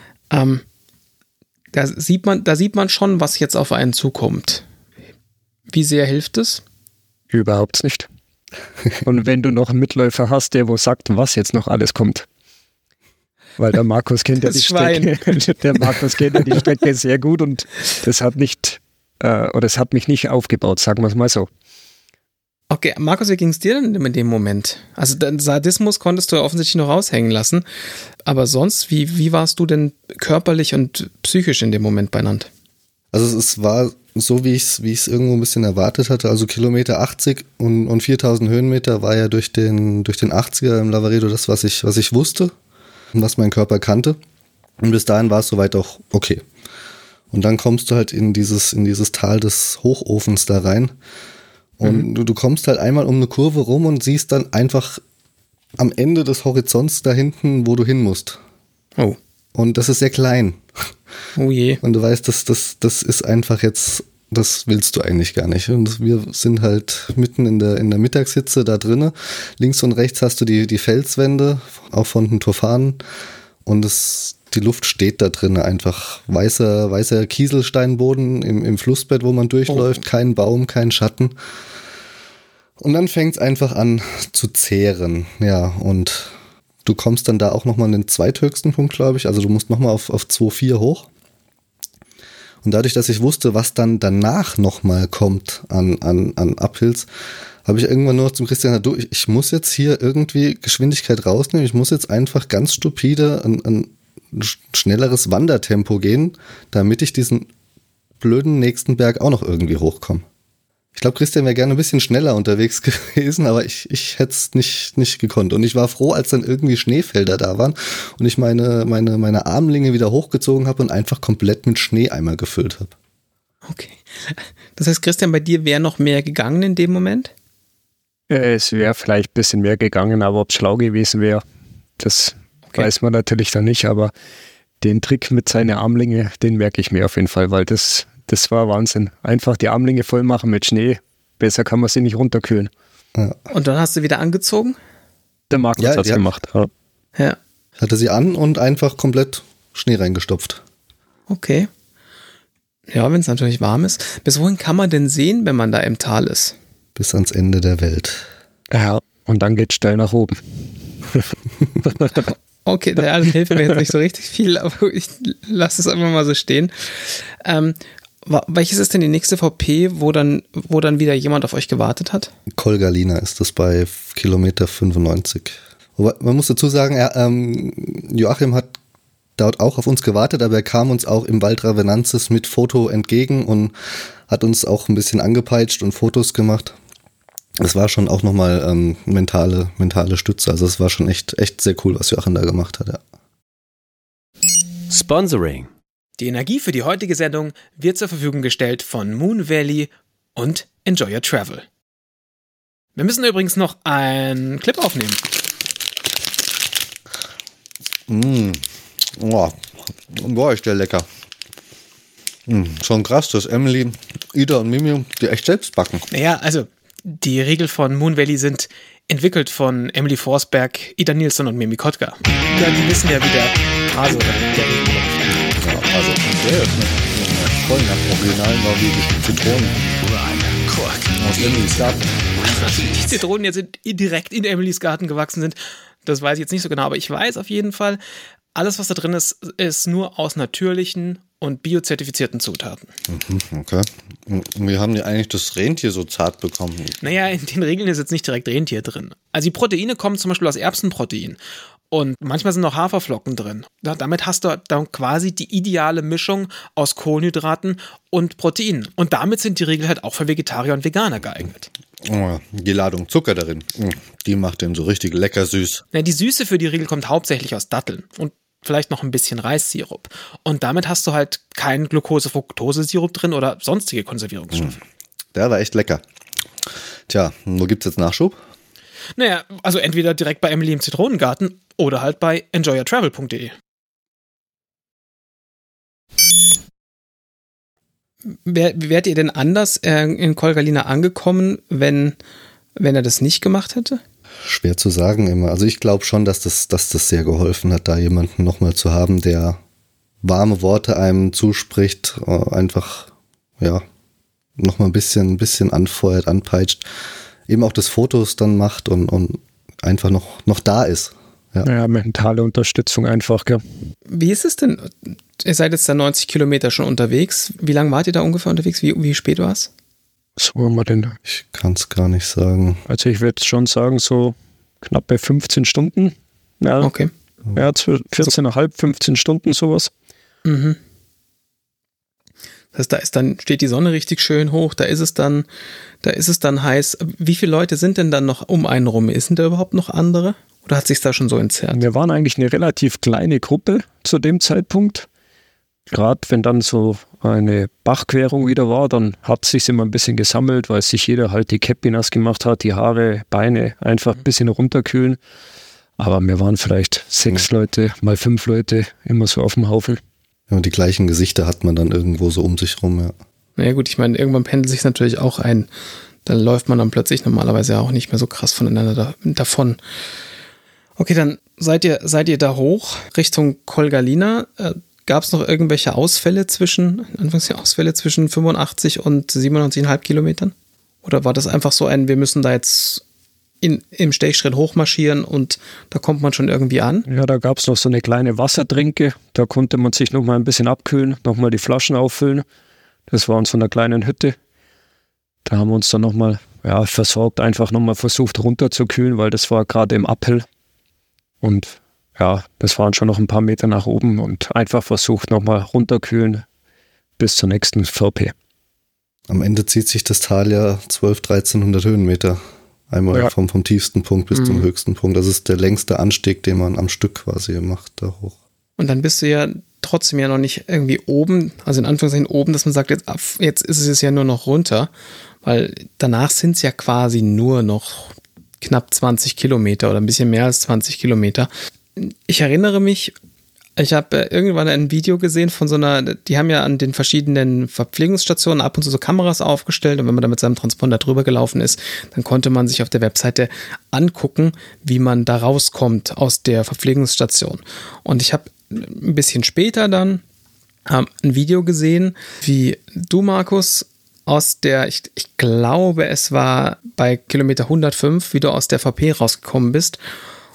Da sieht man schon, was jetzt auf einen zukommt. Wie sehr hilft es? Überhaupt nicht. Und wenn du noch einen Mitläufer hast, der wo sagt, was jetzt noch alles kommt. Weil der Markus kennt ja die Strecke. Der Markus kennt ja die Strecke sehr gut, und das hat mich nicht aufgebaut, sagen wir es mal so. Okay, Markus, wie ging es dir denn in dem Moment? Also den Sadismus konntest du offensichtlich noch raushängen lassen, aber sonst, wie warst du denn körperlich und psychisch in dem Moment beieinander? Also es war so, wie ich es irgendwo ein bisschen erwartet hatte. Also Kilometer 80 und 4000 Höhenmeter war ja durch den 80er im Lavaredo das, was ich wusste und was mein Körper kannte. Und bis dahin war es soweit auch okay. Und dann kommst du halt in dieses Tal des Hochofens da rein. Und du kommst halt einmal um eine Kurve rum und siehst dann einfach am Ende des Horizonts da hinten, wo du hin musst. Oh. Und das ist sehr klein. Oh je. Und du weißt, das ist einfach jetzt, das willst du eigentlich gar nicht. Und wir sind halt mitten in der Mittagshitze da drinnen. Links und rechts hast du die Felswände, auch von den Turfanen. Und die Luft steht da drinnen einfach. Weißer Kieselsteinboden im Flussbett, wo man durchläuft. Oh. Kein Baum, kein Schatten. Und dann fängt es einfach an zu zehren. Ja, und du kommst dann da auch nochmal an den zweithöchsten Punkt, glaube ich. Also du musst nochmal auf 2,4 hoch. Und dadurch, dass ich wusste, was dann danach nochmal kommt an Uphills, habe ich irgendwann nur zum Christian gesagt, ich muss jetzt hier irgendwie Geschwindigkeit rausnehmen. Ich muss jetzt einfach ganz stupide ein schnelleres Wandertempo gehen, damit ich diesen blöden nächsten Berg auch noch irgendwie hochkomme. Ich glaube, Christian wäre gerne ein bisschen schneller unterwegs gewesen, aber ich hätte es nicht gekonnt. Und ich war froh, als dann irgendwie Schneefelder da waren und ich meine Armlinge wieder hochgezogen habe und einfach komplett mit Schneeeimer gefüllt habe. Okay. Das heißt, Christian, bei dir wäre noch mehr gegangen in dem Moment? Es wäre vielleicht ein bisschen mehr gegangen, aber ob es schlau gewesen wäre, das weiß man natürlich dann nicht. Aber den Trick mit seinen Armlinge, den merke ich mir auf jeden Fall, weil das war Wahnsinn. Einfach die Armlinge voll machen mit Schnee. Besser kann man sie nicht runterkühlen. Ja. Und dann hast du wieder angezogen? Der Markus hat es gemacht. Ja. Hatte sie an und einfach komplett Schnee reingestopft. Okay. Ja, wenn es natürlich warm ist. Bis wohin kann man denn sehen, wenn man da im Tal ist? Bis ans Ende der Welt. Ja, und dann geht's steil nach oben. Okay, das hilft mir jetzt nicht so richtig viel, aber ich lasse es einfach mal so stehen. Welches ist denn die nächste VP, wo dann wieder jemand auf euch gewartet hat? Kolgalina ist das bei Kilometer 95. Wobei, man muss dazu sagen, Joachim hat dort auch auf uns gewartet, aber er kam uns auch im Val Travenances mit Foto entgegen und hat uns auch ein bisschen angepeitscht und Fotos gemacht. Das war schon auch nochmal mentale Stütze. Also es war schon echt sehr cool, was Joachim da gemacht hat. Ja. Sponsoring. Die Energie für die heutige Sendung wird zur Verfügung gestellt von Moon Valley und Enjoy Your Travel. Wir müssen übrigens noch einen Clip aufnehmen. Boah, ist der lecker. Schon krass, dass Emily, Ida und Mimi die echt selbst backen. Naja, also die Riegel von Moon Valley sind entwickelt von Emily Forsberg, Ida Nilsson und Mimi Kotka. Ja, die wissen ja, wie der Hase oder der Riegel läuft. Also, der ist voll nach originalen norwegischen Zitronen. Aus Emilys Garten. Die Zitronen jetzt direkt in Emilys Garten gewachsen sind, das weiß ich jetzt nicht so genau, aber ich weiß auf jeden Fall, alles, was da drin ist, ist nur aus natürlichen und biozertifizierten Zutaten. Okay. Und wie haben die eigentlich das Rentier so zart bekommen? Naja, in den Regeln ist jetzt nicht direkt Rentier drin. Also die Proteine kommen zum Beispiel aus Erbsenprotein. Und manchmal sind noch Haferflocken drin. Damit hast du dann quasi die ideale Mischung aus Kohlenhydraten und Proteinen. Und damit sind die Riegel halt auch für Vegetarier und Veganer geeignet. Oh, die Ladung Zucker darin, die macht den so richtig lecker süß. Ja, die Süße für die Riegel kommt hauptsächlich aus Datteln und vielleicht noch ein bisschen Reissirup. Und damit hast du halt keinen Glucose-Fructose-Sirup drin oder sonstige Konservierungsstoffe. Der war echt lecker. Tja, wo gibt's jetzt Nachschub? Naja, also entweder direkt bei Emily im Zitronengarten oder halt bei enjoyyourtravel.de. Wärt ihr denn anders in Kolgalina angekommen, wenn er das nicht gemacht hätte? Schwer zu sagen immer. Also ich glaube schon, dass das sehr geholfen hat, da jemanden nochmal zu haben, der warme Worte einem zuspricht, einfach, ja, nochmal ein bisschen anfeuert, anpeitscht, eben auch das Fotos dann macht und einfach noch da ist. Ja, mentale Unterstützung einfach, gell. Wie ist es denn? Ihr seid jetzt da 90 Kilometer schon unterwegs. Wie lange wart ihr da ungefähr unterwegs? Wie spät war es? So haben wir denn. Ich kann es gar nicht sagen. Also ich würde schon sagen, so knappe 15 Stunden. Ja, okay. Ja, 14,5, 15 Stunden sowas. Mhm. Das heißt, steht die Sonne richtig schön hoch, da ist es dann heiß. Wie viele Leute sind denn dann noch um einen rum? Sind da überhaupt noch andere? Oder hat sich da schon so entzerrt? Wir waren eigentlich eine relativ kleine Gruppe zu dem Zeitpunkt. Gerade wenn dann so eine Bachquerung wieder war, dann hat es sich immer ein bisschen gesammelt, weil sich jeder halt die Käppi nass gemacht hat, die Haare, Beine einfach ein bisschen runterkühlen. Aber wir waren vielleicht 6 Leute, mal 5 Leute, immer so auf dem Haufen. Ja, und die gleichen Gesichter hat man dann irgendwo so um sich rum, ja. Naja gut, ich meine, irgendwann pendelt sich natürlich auch ein. Dann läuft man dann plötzlich normalerweise auch nicht mehr so krass voneinander davon. Okay, dann seid ihr da hoch Richtung Kolgalina. Gab es noch irgendwelche Ausfälle zwischen 85 und 97,5 Kilometern? Oder war das einfach so wir müssen da jetzt im Stechschritt hochmarschieren und da kommt man schon irgendwie an? Ja, da gab es noch so eine kleine Wassertrinke. Da konnte man sich noch mal ein bisschen abkühlen, noch mal die Flaschen auffüllen. Das war in so einer kleinen Hütte. Da haben wir uns dann noch mal versorgt, einfach noch mal versucht runterzukühlen, weil das war gerade im Uphill. Und ja, das waren schon noch ein paar Meter nach oben und einfach versucht nochmal runterkühlen bis zur nächsten VP. Am Ende zieht sich das Tal ja 1300 Höhenmeter. Einmal vom tiefsten Punkt bis zum höchsten Punkt. Das ist der längste Anstieg, den man am Stück quasi macht, da hoch. Und dann bist du ja trotzdem ja noch nicht irgendwie oben, also in Anführungszeichen oben, dass man sagt, jetzt ist es ja nur noch runter, weil danach sind es ja quasi nur noch knapp 20 Kilometer oder ein bisschen mehr als 20 Kilometer. Ich erinnere mich, ich habe irgendwann ein Video gesehen von so einer, die haben ja an den verschiedenen Verpflegungsstationen ab und zu so Kameras aufgestellt und wenn man da mit seinem Transponder drüber gelaufen ist, dann konnte man sich auf der Webseite angucken, wie man da rauskommt aus der Verpflegungsstation. Und ich habe ein bisschen später dann ein Video gesehen, wie du, Markus, aus der, ich glaube, es war bei Kilometer 105, wie du aus der VP rausgekommen bist.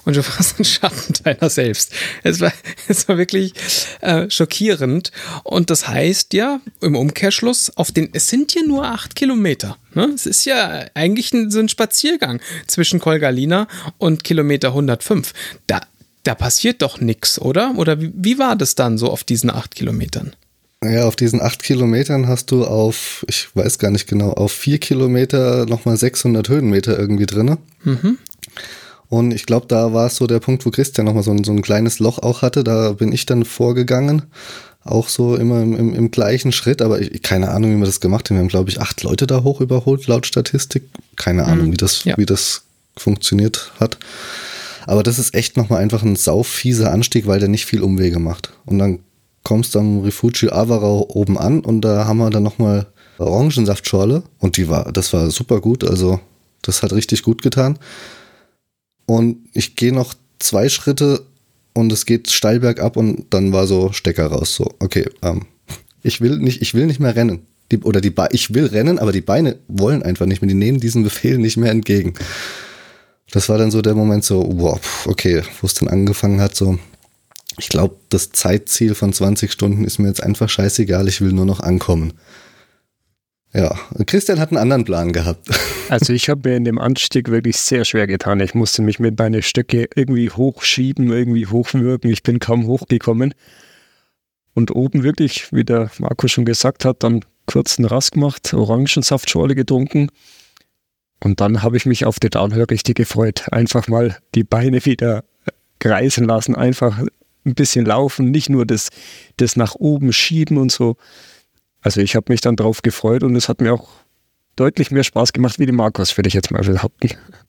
und du warst ein Schatten deiner selbst. Es war wirklich schockierend. Und das heißt ja im Umkehrschluss, es sind ja nur 8 Kilometer. Ne? Es ist ja eigentlich so ein Spaziergang zwischen Kolgalina und Kilometer 105. Da passiert doch nichts, oder? Oder wie war das dann so auf diesen 8 Kilometern? Ja, auf diesen 8 Kilometern hast du ich weiß gar nicht genau, auf 4 Kilometer nochmal 600 Höhenmeter irgendwie drin. Mhm. Und ich glaube, da war es so der Punkt, wo Christian nochmal so ein kleines Loch auch hatte. Da bin ich dann vorgegangen. Auch so immer im gleichen Schritt. Aber keine Ahnung, wie wir das gemacht haben. Wir haben, glaube ich, 8 Leute da hoch überholt, laut Statistik. Keine Ahnung, wie das funktioniert hat. Aber das ist echt nochmal einfach ein saufieser Anstieg, weil der nicht viel Umwege macht. Und dann kommst du am Refugio Avarau oben an und da haben wir dann nochmal Orangensaftschorle und das war super gut, also das hat richtig gut getan. Und ich gehe noch 2 Schritte und es geht steil bergab und dann war so Stecker raus, so okay, ich will nicht mehr rennen. Ich will rennen, aber die Beine wollen einfach nicht mehr, die nehmen diesen Befehl nicht mehr entgegen. Das war dann so der Moment so, wow, okay, wo es dann angefangen hat, so ich glaube, das Zeitziel von 20 Stunden ist mir jetzt einfach scheißegal, ich will nur noch ankommen. Ja, Christian hat einen anderen Plan gehabt. Also ich habe mir in dem Anstieg wirklich sehr schwer getan. Ich musste mich mit meinen Stöcke irgendwie hochschieben, irgendwie hochwürgen. Ich bin kaum hochgekommen. Und oben wirklich, wie der Marco schon gesagt hat, dann kurz einen Rast gemacht, Orangensaftschorle getrunken. Und dann habe ich mich auf die Downhill richtig gefreut. Einfach mal die Beine wieder kreisen lassen, einfach ein bisschen laufen, nicht nur das nach oben schieben und so. Also ich habe mich dann drauf gefreut und es hat mir auch deutlich mehr Spaß gemacht wie die Marcos, würde ich jetzt mal behaupten.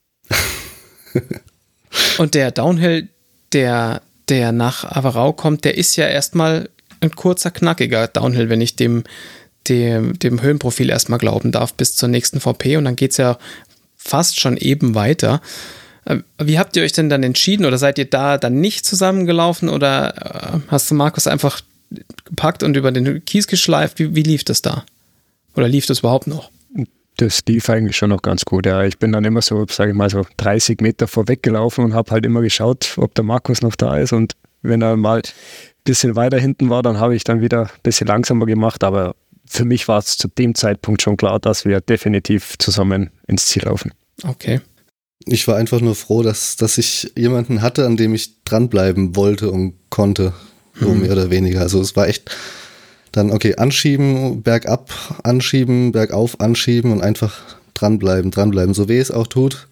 Und der Downhill, der nach Avarau kommt, der ist ja erstmal ein kurzer, knackiger Downhill, wenn ich dem Höhenprofil erstmal glauben darf, bis zur nächsten VP und dann geht es ja fast schon eben weiter. Wie habt ihr euch denn dann entschieden oder seid ihr da dann nicht zusammengelaufen oder hast du Markus einfach gepackt und über den Kies geschleift? Wie lief das da? Oder lief das überhaupt noch? Das lief eigentlich schon noch ganz gut, ja. Ich bin dann immer so, sage ich mal, so 30 Meter vorweggelaufen und habe halt immer geschaut, ob der Markus noch da ist und wenn er mal ein bisschen weiter hinten war, dann habe ich dann wieder ein bisschen langsamer gemacht, aber für mich war es zu dem Zeitpunkt schon klar, dass wir definitiv zusammen ins Ziel laufen. Okay. Ich war einfach nur froh, dass ich jemanden hatte, an dem ich dranbleiben wollte und konnte, so mehr oder weniger. Also es war echt dann, okay, anschieben, bergab, anschieben, bergauf, anschieben und einfach dranbleiben, so weh es auch tut.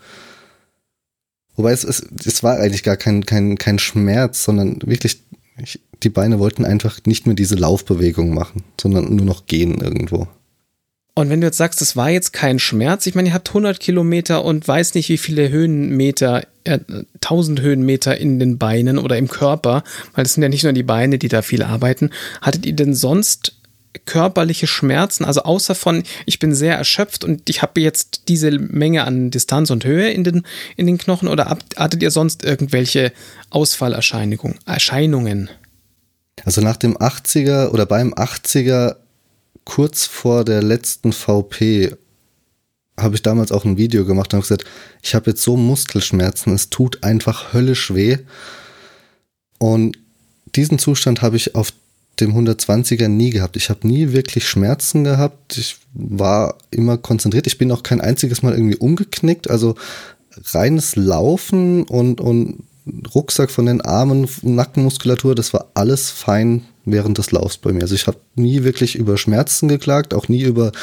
Wobei es war eigentlich gar kein Schmerz, sondern wirklich, die Beine wollten einfach nicht mehr diese Laufbewegung machen, sondern nur noch gehen irgendwo. Und wenn du jetzt sagst, das war jetzt kein Schmerz, ich meine, ihr habt 100 Kilometer und weiß nicht, wie viele Höhenmeter, 1000 Höhenmeter in den Beinen oder im Körper, weil es sind ja nicht nur die Beine, die da viel arbeiten. Hattet ihr denn sonst körperliche Schmerzen, also außer von, ich bin sehr erschöpft und ich habe jetzt diese Menge an Distanz und Höhe in den Knochen oder hattet ihr sonst irgendwelche Ausfallerscheinungen? Also nach dem 80er oder beim 80er kurz vor der letzten VP habe ich damals auch ein Video gemacht und habe gesagt, ich habe jetzt so Muskelschmerzen, es tut einfach höllisch weh. Und diesen Zustand habe ich auf dem 120er nie gehabt. Ich habe nie wirklich Schmerzen gehabt. Ich war immer konzentriert. Ich bin auch kein einziges Mal irgendwie umgeknickt. Also reines Laufen und Rucksack von den Armen, Nackenmuskulatur, das war alles fein während des Laufs bei mir. Also ich habe nie wirklich über Schmerzen geklagt, auch nie über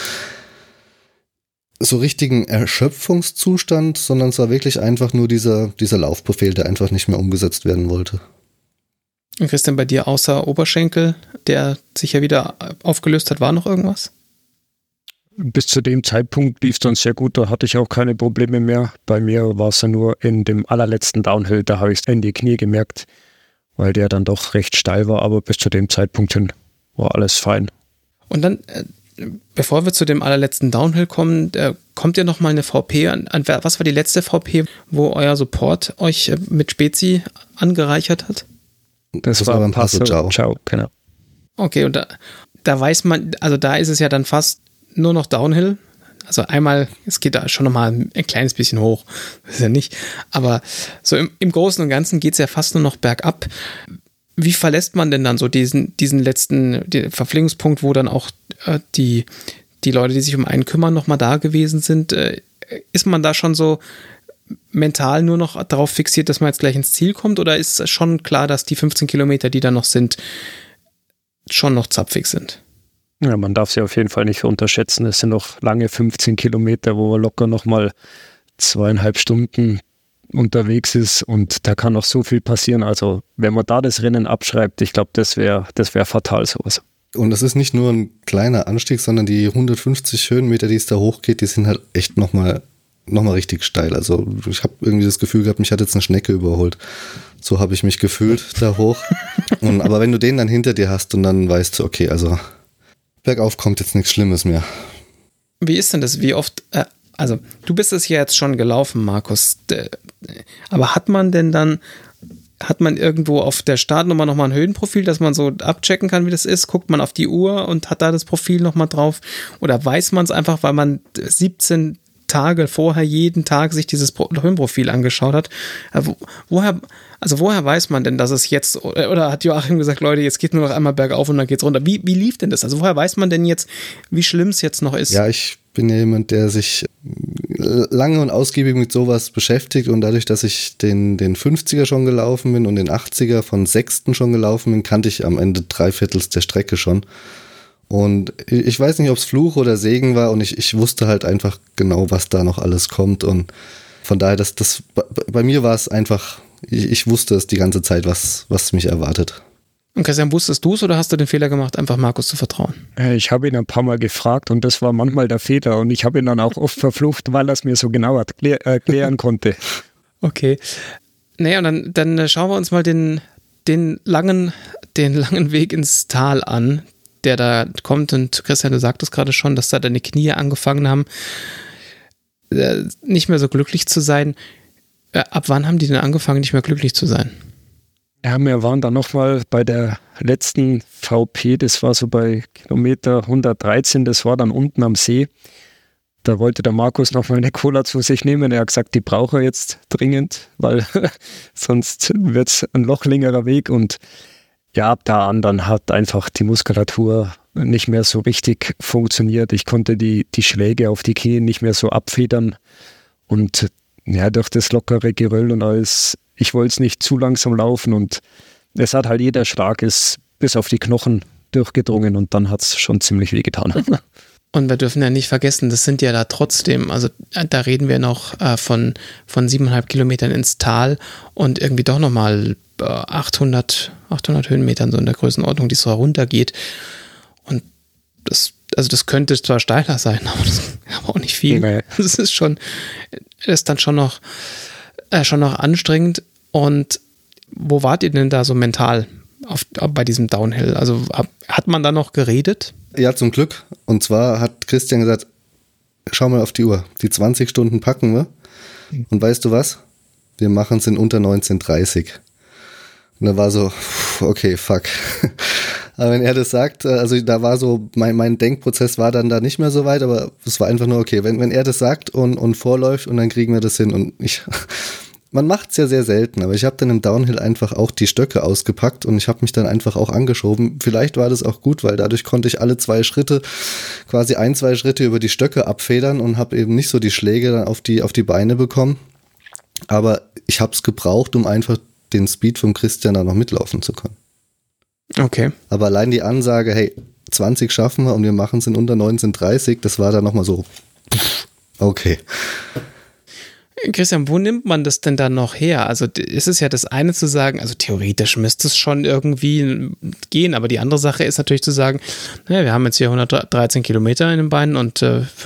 so richtigen Erschöpfungszustand, sondern es war wirklich einfach nur dieser Laufbefehl, der einfach nicht mehr umgesetzt werden wollte. Und Christian, bei dir außer Oberschenkel, der sich ja wieder aufgelöst hat, war noch irgendwas? Bis zu dem Zeitpunkt lief es dann sehr gut, da hatte ich auch keine Probleme mehr. Bei mir war es ja nur in dem allerletzten Downhill, da habe ich es in die Knie gemerkt, weil der dann doch recht steil war, aber bis zu dem Zeitpunkt hin war alles fein. Und dann, bevor wir zu dem allerletzten Downhill kommen, kommt ja nochmal eine VP an. Was war die letzte VP, wo euer Support euch mit Spezi angereichert hat? Das war beim Passo Ciao, genau. Okay, und da weiß man, also da ist es ja dann fast nur noch Downhill. Also einmal, es geht da schon nochmal ein kleines bisschen hoch, das ist ja nicht, aber so im Großen und Ganzen geht es ja fast nur noch bergab. Wie verlässt man denn dann so diesen letzten Verpflegungspunkt, wo dann auch die Leute, die sich um einen kümmern, nochmal da gewesen sind? Ist man da schon so mental nur noch darauf fixiert, dass man jetzt gleich ins Ziel kommt, oder ist schon klar, dass die 15 Kilometer, die da noch sind, schon noch zapfig sind? Ja, man darf sie auf jeden Fall nicht unterschätzen. Es sind noch lange 15 Kilometer, wo man locker nochmal 2,5 Stunden unterwegs ist und da kann noch so viel passieren. Also wenn man da das Rennen abschreibt, ich glaube, das wär fatal sowas. Und das ist nicht nur ein kleiner Anstieg, sondern die 150 Höhenmeter, die es da hochgeht, die sind halt echt nochmal richtig steil. Also ich habe irgendwie das Gefühl gehabt, mich hat jetzt eine Schnecke überholt. So habe ich mich gefühlt da hoch. Aber wenn du den dann hinter dir hast und dann weißt du, okay, also bergauf kommt jetzt nichts Schlimmes mehr. Wie ist denn das? Wie oft, also du bist es ja jetzt schon gelaufen, Markus, aber hat man irgendwo auf der Startnummer nochmal ein Höhenprofil, dass man so abchecken kann, wie das ist? Guckt man auf die Uhr und hat da das Profil nochmal drauf? Oder weiß man es einfach, weil man 17 Tage vorher jeden Tag sich dieses Höhenprofil angeschaut hat? Woher weiß man denn, dass es jetzt, oder hat Joachim gesagt, Leute, jetzt geht nur noch einmal bergauf und dann geht's runter? Wie lief denn das? Also woher weiß man denn jetzt, wie schlimm es jetzt noch ist? Ja, ich bin ja jemand, der sich lange und ausgiebig mit sowas beschäftigt, und dadurch, dass ich den 50er schon gelaufen bin und den 80er von 6. schon gelaufen bin, kannte ich am Ende 3/4 der Strecke schon. Und ich weiß nicht, ob es Fluch oder Segen war, und ich wusste halt einfach genau, was da noch alles kommt, und von daher, bei mir war es einfach, ich wusste es die ganze Zeit, was mich erwartet. Und Christian, wusstest du es oder hast du den Fehler gemacht, einfach Markus zu vertrauen? Ich habe ihn ein paar Mal gefragt und das war manchmal der Fehler und ich habe ihn dann auch oft verflucht, weil er es mir so genau erklären konnte. Okay. Naja, und dann schauen wir uns mal den langen Weg ins Tal an, der da kommt. Und Christian, du sagtest gerade schon, dass da deine Knie angefangen haben, nicht mehr so glücklich zu sein. Ab wann haben die denn angefangen, nicht mehr glücklich zu sein? Ja, wir waren dann nochmal bei der letzten VP, das war so bei Kilometer 113, das war dann unten am See. Da wollte der Markus nochmal eine Cola zu sich nehmen. Er hat gesagt, die braucht er jetzt dringend, weil sonst wird es ein noch längerer Weg. Und ja, ab da an dann hat einfach die Muskulatur nicht mehr so richtig funktioniert. Ich konnte die Schläge auf die Knie nicht mehr so abfedern. Und ja, durch das lockere Geröll und alles, ich wollte es nicht zu langsam laufen und es hat halt jeder Schlag ist bis auf die Knochen durchgedrungen und dann hat es schon ziemlich wehgetan. Und wir dürfen ja nicht vergessen, das sind ja da trotzdem, also da reden wir noch von 7,5 Kilometern ins Tal und irgendwie doch nochmal 800 Höhenmetern so in der Größenordnung, die so heruntergeht. Und das könnte zwar steiler sein, aber auch nicht viel. Nee. Das ist dann schon noch anstrengend. Und wo wart ihr denn da so mental bei diesem Downhill? Also hat man da noch geredet? Ja, zum Glück. Und zwar hat Christian gesagt, schau mal auf die Uhr, die 20 Stunden packen wir. Und weißt du was? Wir machen es in unter 19:30. Und da war so, okay, fuck. Aber wenn er das sagt, also da war so, mein Denkprozess war dann da nicht mehr so weit, aber es war einfach nur okay, wenn er das sagt und vorläuft und dann kriegen wir das hin. Und man macht es ja sehr selten, aber ich habe dann im Downhill einfach auch die Stöcke ausgepackt und ich habe mich dann einfach auch angeschoben. Vielleicht war das auch gut, weil dadurch konnte ich alle 2 Schritte, quasi 1-2 Schritte über die Stöcke abfedern und habe eben nicht so die Schläge dann auf die Beine bekommen. Aber ich habe es gebraucht, um einfach den Speed vom Christian da noch mitlaufen zu können. Okay. Aber allein die Ansage, hey, 20 schaffen wir und wir machen es in unter 19:30, das war dann nochmal so, okay. Christian, wo nimmt man das denn dann noch her? Also ist es ja das eine zu sagen, also theoretisch müsste es schon irgendwie gehen, aber die andere Sache ist natürlich zu sagen, naja, wir haben jetzt hier 113 Kilometer in den Beinen und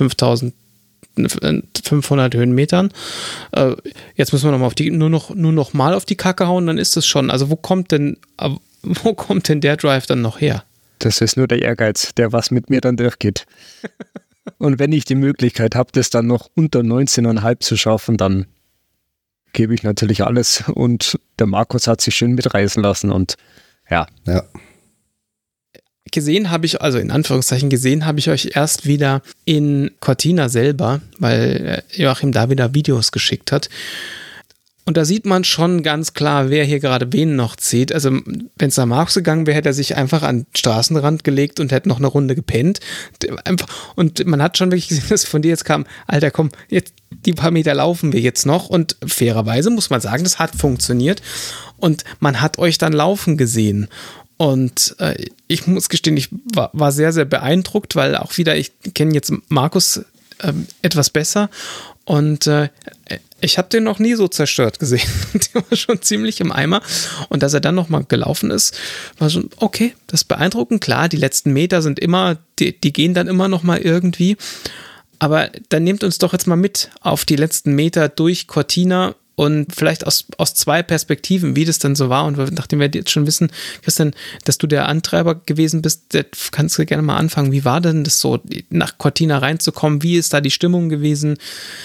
5500 Höhenmetern. Jetzt müssen wir noch mal nur noch mal auf die Kacke hauen, dann ist das schon. Also wo kommt denn der Drive dann noch her? Das ist nur der Ehrgeiz, der was mit mir dann durchgeht. Und wenn ich die Möglichkeit habe, das dann noch unter 19,5 zu schaffen, dann gebe ich natürlich alles. Und der Markus hat sich schön mitreißen lassen und ja. gesehen habe ich, also in Anführungszeichen gesehen habe ich euch erst wieder in Cortina selber, weil Joachim da wieder Videos geschickt hat. Und da sieht man schon ganz klar, wer hier gerade wen noch zieht. Also wenn es nach Markus gegangen wäre, hätte er sich einfach an den Straßenrand gelegt und hätte noch eine Runde gepennt. Und man hat schon wirklich gesehen, dass von dir jetzt kam, Alter, komm, jetzt die paar Meter laufen wir jetzt noch. Und fairerweise muss man sagen, das hat funktioniert. Und man hat euch dann laufen gesehen. Und ich muss gestehen, ich war sehr, sehr beeindruckt, weil auch wieder, ich kenne jetzt Markus etwas besser. Und ich habe den noch nie so zerstört gesehen. Der war schon ziemlich im Eimer. Und dass er dann nochmal gelaufen ist, war schon, okay, das ist beeindruckend. Klar, die letzten Meter sind immer, die gehen dann immer nochmal irgendwie. Aber dann nehmt uns doch jetzt mal mit auf die letzten Meter durch Cortina und vielleicht aus zwei Perspektiven, wie das dann so war. Und nachdem wir jetzt schon wissen, Christian, dass du der Antreiber gewesen bist, kannst du gerne mal anfangen. Wie war denn das so, nach Cortina reinzukommen? Wie ist da die Stimmung gewesen?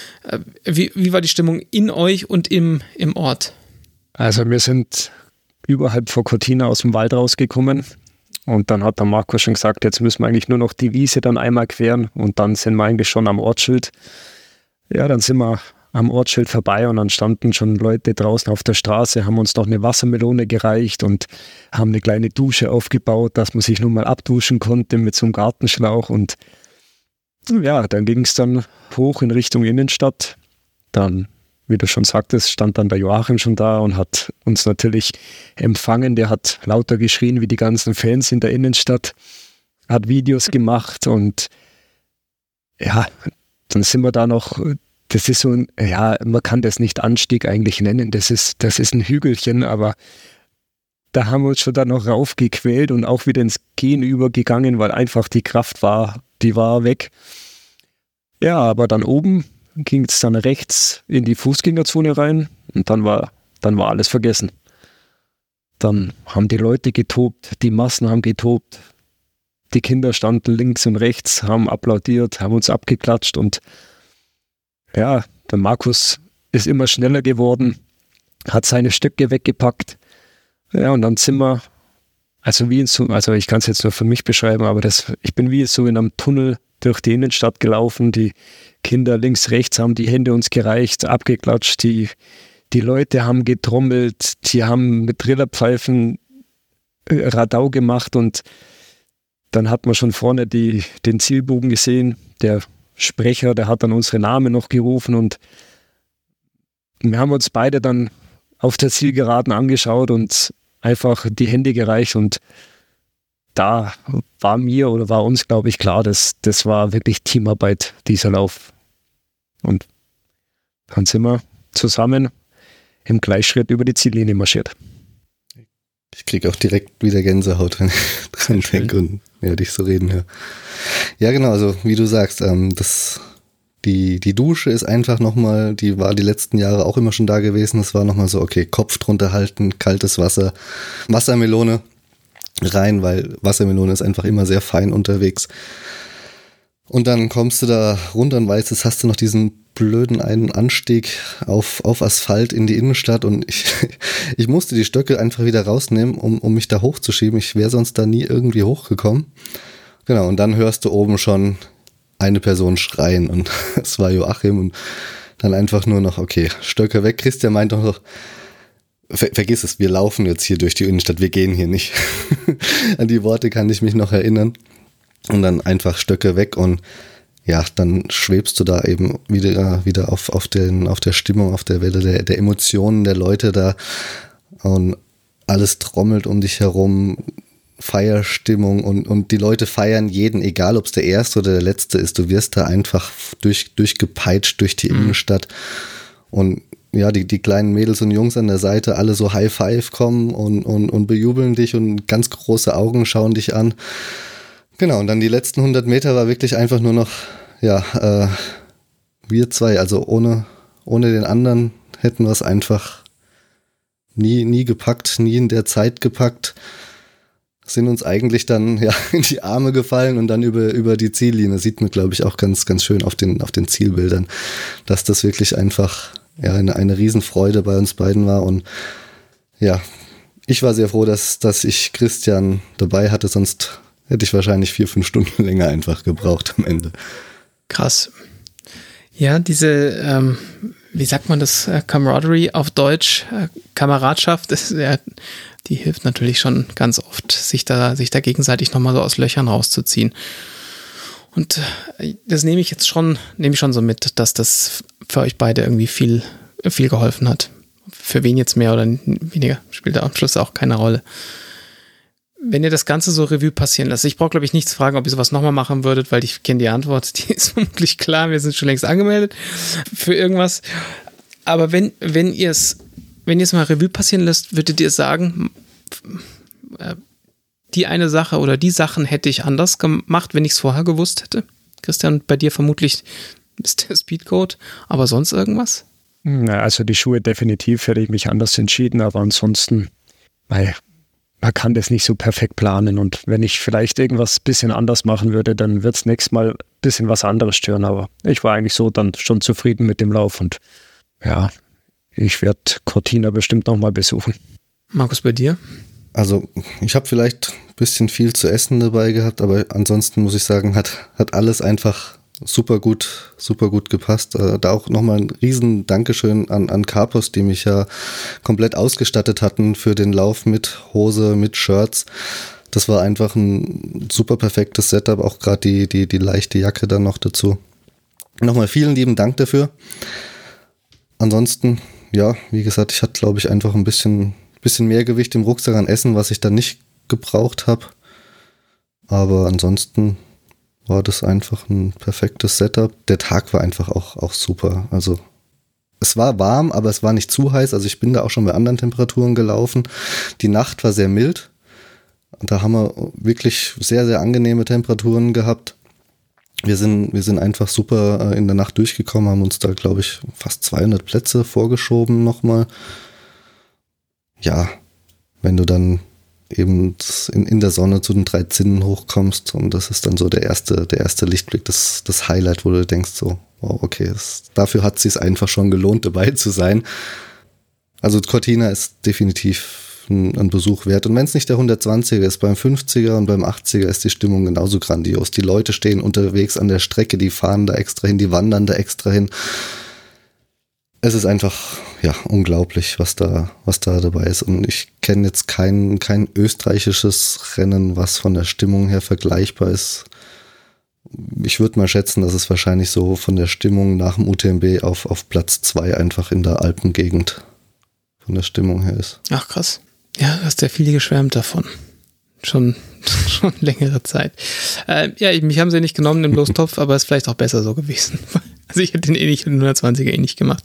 Wie war die Stimmung in euch und im Ort? Also wir sind überhalb vor Cortina aus dem Wald rausgekommen und dann hat der Markus schon gesagt, jetzt müssen wir eigentlich nur noch die Wiese dann einmal queren und dann sind wir eigentlich schon am Ortsschild. Ja, dann sind wir am Ortsschild vorbei und dann standen schon Leute draußen auf der Straße, haben uns noch eine Wassermelone gereicht und haben eine kleine Dusche aufgebaut, dass man sich nur mal abduschen konnte mit so einem Gartenschlauch und ja, dann ging es dann hoch in Richtung Innenstadt. Dann, wie du schon sagtest, stand dann der Joachim schon da und hat uns natürlich empfangen. Der hat lauter geschrien wie die ganzen Fans in der Innenstadt, hat Videos gemacht und ja, dann sind wir da noch, das ist so ein, ja, man kann das nicht Anstieg eigentlich nennen, das ist ein Hügelchen, aber da haben wir uns schon dann noch raufgequält und auch wieder ins Gehen übergegangen, weil einfach die Kraft war, die war weg. Ja, aber dann oben ging es dann rechts in die Fußgängerzone rein und dann war alles vergessen. Dann haben die Leute getobt, die Massen haben getobt, die Kinder standen links und rechts, haben applaudiert, haben uns abgeklatscht und ja, der Markus ist immer schneller geworden, hat seine Stöcke weggepackt. Ja, und dann sind wir, also ich kann es jetzt nur für mich beschreiben, aber ich bin wie so in einem Tunnel durch die Innenstadt gelaufen. Die Kinder links, rechts haben die Hände uns gereicht, abgeklatscht. Die Leute haben getrommelt, die haben mit Trillerpfeifen Radau gemacht und dann hat man schon vorne den Zielbogen gesehen. Der Sprecher, der hat dann unsere Namen noch gerufen und wir haben uns beide dann auf der Zielgeraden angeschaut und einfach die Hände gereicht und da war uns, glaube ich, klar, das war wirklich Teamarbeit, dieser Lauf. Und dann sind wir zusammen im Gleichschritt über die Ziellinie marschiert. Ich kriege auch direkt wieder Gänsehaut, wenn ich dran denke und dich so reden höre. Ja, genau, also wie du sagst, die Dusche ist einfach nochmal, die war die letzten Jahre auch immer schon da gewesen. Das war nochmal so, okay, Kopf drunter halten, kaltes Wasser, Wassermelone rein, weil Wassermelone ist einfach immer sehr fein unterwegs. Und dann kommst du da runter und weißt, jetzt hast du noch diesen blöden einen Anstieg auf Asphalt in die Innenstadt und ich musste die Stöcke einfach wieder rausnehmen, um mich da hochzuschieben. Ich wäre sonst da nie irgendwie hochgekommen. Genau, und dann hörst du oben schon eine Person schreien und es war Joachim und dann einfach nur noch, okay, Stöcke weg. Christian meint doch noch, vergiss es, wir laufen jetzt hier durch die Innenstadt, wir gehen hier nicht. An die Worte kann ich mich noch erinnern. Und dann einfach Stöcke weg und ja, dann schwebst du da eben wieder auf der Stimmung, auf der Welle der Emotionen der Leute da und alles trommelt um dich herum, Feierstimmung und die Leute feiern jeden, egal ob es der Erste oder der Letzte ist, du wirst da einfach durchgepeitscht durch die Innenstadt und ja, die kleinen Mädels und Jungs an der Seite alle so High Five kommen und bejubeln dich und ganz große Augen schauen dich an. Genau, und dann die letzten 100 Meter war wirklich einfach nur noch, ja, wir zwei, also ohne den anderen hätten wir es einfach nie gepackt, nie in der Zeit gepackt, sind uns eigentlich dann ja in die Arme gefallen und dann über die Ziellinie, sieht man glaube ich auch ganz, ganz schön auf den Zielbildern, dass das wirklich einfach ja eine Riesenfreude bei uns beiden war und ja, ich war sehr froh, dass ich Christian dabei hatte, sonst hätte ich wahrscheinlich 4-5 Stunden länger einfach gebraucht am Ende. Krass. Ja, diese, wie sagt man das, Camaraderie auf Deutsch, Kameradschaft, die hilft natürlich schon ganz oft, sich da gegenseitig nochmal so aus Löchern rauszuziehen. Und das nehme ich schon so mit, dass das für euch beide irgendwie viel geholfen hat. Für wen jetzt mehr oder weniger, spielt da am Schluss auch keine Rolle. Wenn ihr das Ganze so Revue passieren lasst, ich brauche, glaube ich, nichts fragen, ob ihr sowas nochmal machen würdet, weil ich kenne die Antwort, die ist vermutlich klar, wir sind schon längst angemeldet für irgendwas. Aber wenn ihr es mal Revue passieren lässt, würdet ihr sagen, die eine Sache oder die Sachen hätte ich anders gemacht, wenn ich es vorher gewusst hätte? Christian, bei dir vermutlich ist der Speedcode, aber sonst irgendwas? Na, also die Schuhe definitiv hätte ich mich anders entschieden, aber ansonsten, weil man kann das nicht so perfekt planen und wenn ich vielleicht irgendwas ein bisschen anders machen würde, dann wird es nächstes Mal ein bisschen was anderes stören, aber ich war eigentlich so dann schon zufrieden mit dem Lauf und ja, ich werde Cortina bestimmt nochmal besuchen. Markus, bei dir? Also ich habe vielleicht ein bisschen viel zu essen dabei gehabt, aber ansonsten muss ich sagen, hat alles einfach super gut gepasst. Da auch nochmal ein riesen Dankeschön an Carpos, die mich ja komplett ausgestattet hatten für den Lauf mit Hose, mit Shirts. Das war einfach ein super perfektes Setup, auch gerade die leichte Jacke dann noch dazu. Nochmal vielen lieben Dank dafür. Ansonsten, ja, wie gesagt, ich hatte, glaube ich, einfach ein bisschen mehr Gewicht im Rucksack an Essen, was ich dann nicht gebraucht habe. Aber ansonsten war das einfach ein perfektes Setup. Der Tag war einfach auch super. Also es war warm, aber es war nicht zu heiß. Also ich bin da auch schon bei anderen Temperaturen gelaufen. Die Nacht war sehr mild. Da haben wir wirklich sehr, sehr angenehme Temperaturen gehabt. Wir sind einfach super in der Nacht durchgekommen, haben uns da, glaube ich, fast 200 Plätze vorgeschoben nochmal. Ja, wenn du dann eben in der Sonne zu den 3 Zinnen hochkommst und das ist dann so der erste Lichtblick, das Highlight, wo du denkst so, wow, okay, dafür hat es sich einfach schon gelohnt, dabei zu sein. Also Cortina ist definitiv ein Besuch wert und wenn es nicht der 120er ist, beim 50er und beim 80er ist die Stimmung genauso grandios. Die Leute stehen unterwegs an der Strecke, die fahren da extra hin, die wandern da extra hin. Es ist einfach, ja, unglaublich, was da dabei ist. Und ich kenne jetzt kein österreichisches Rennen, was von der Stimmung her vergleichbar ist. Ich würde mal schätzen, dass es wahrscheinlich so von der Stimmung nach dem UTMB auf Platz 2 einfach in der Alpengegend von der Stimmung her ist. Ach krass. Ja, du hast ja viel geschwärmt davon. Schon längere Zeit. Mich haben sie nicht genommen im Lostopf, aber ist vielleicht auch besser so gewesen. Also ich hätte den 120er nicht gemacht.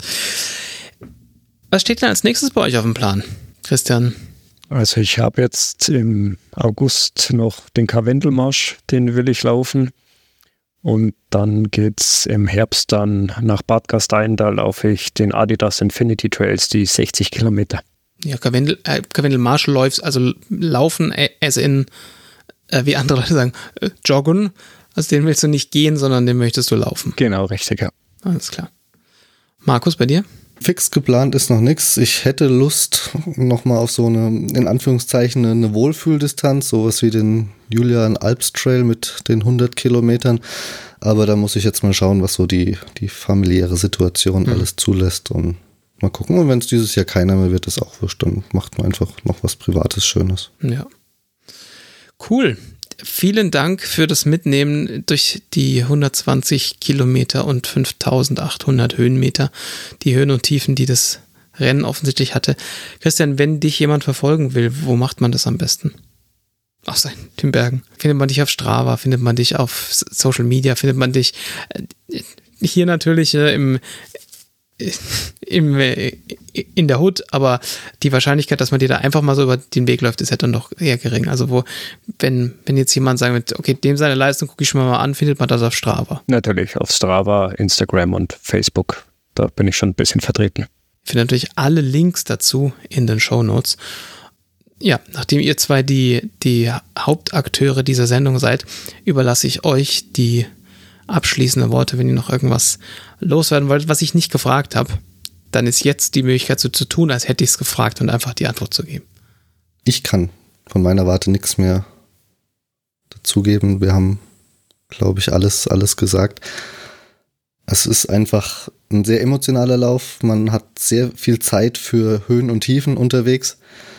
Was steht denn als nächstes bei euch auf dem Plan, Christian? Also ich habe jetzt im August noch den Karwendelmarsch, den will ich laufen. Und dann geht's im Herbst dann nach Bad Gastein, da laufe ich den Adidas Infinity Trails, die 60 Kilometer. Ja, Karwendelmarsch läufst, also laufen, as in, wie andere Leute sagen, joggen. Also den willst du nicht gehen, sondern den möchtest du laufen. Genau, richtig, ja. Alles klar. Markus, bei dir? Fix geplant ist noch nichts. Ich hätte Lust nochmal auf so eine, in Anführungszeichen, eine Wohlfühldistanz, sowas wie den Julian Alps Trail mit den 100 Kilometern. Aber da muss ich jetzt mal schauen, was so die familiäre Situation alles zulässt und mal gucken. Und wenn es dieses Jahr keiner mehr wird, ist auch wurscht, dann macht man einfach noch was Privates Schönes. Ja. Cool. Vielen Dank für das Mitnehmen durch die 120 Kilometer und 5800 Höhenmeter, die Höhen und Tiefen, die das Rennen offensichtlich hatte. Christian, wenn dich jemand verfolgen will, wo macht man das am besten? Außer in den Bergen. Findet man dich auf Strava, findet man dich auf Social Media, findet man dich hier natürlich in der Hood, aber die Wahrscheinlichkeit, dass man dir da einfach mal so über den Weg läuft, ist ja dann doch eher gering. Also wenn jetzt jemand sagen wird, okay, dem seine Leistung gucke ich schon mal an, findet man das auf Strava? Natürlich, auf Strava, Instagram und Facebook. Da bin ich schon ein bisschen vertreten. Ich finde natürlich alle Links dazu in den Shownotes. Ja, nachdem ihr zwei die Hauptakteure dieser Sendung seid, überlasse ich euch die abschließende Worte, wenn ihr noch irgendwas loswerden wollt, was ich nicht gefragt habe, dann ist jetzt die Möglichkeit so zu tun, als hätte ich es gefragt und einfach die Antwort zu geben. Ich kann von meiner Warte nichts mehr zugeben, wir haben, glaube ich, alles gesagt. Es ist einfach ein sehr emotionaler Lauf. Man hat sehr viel Zeit für Höhen und Tiefen unterwegs.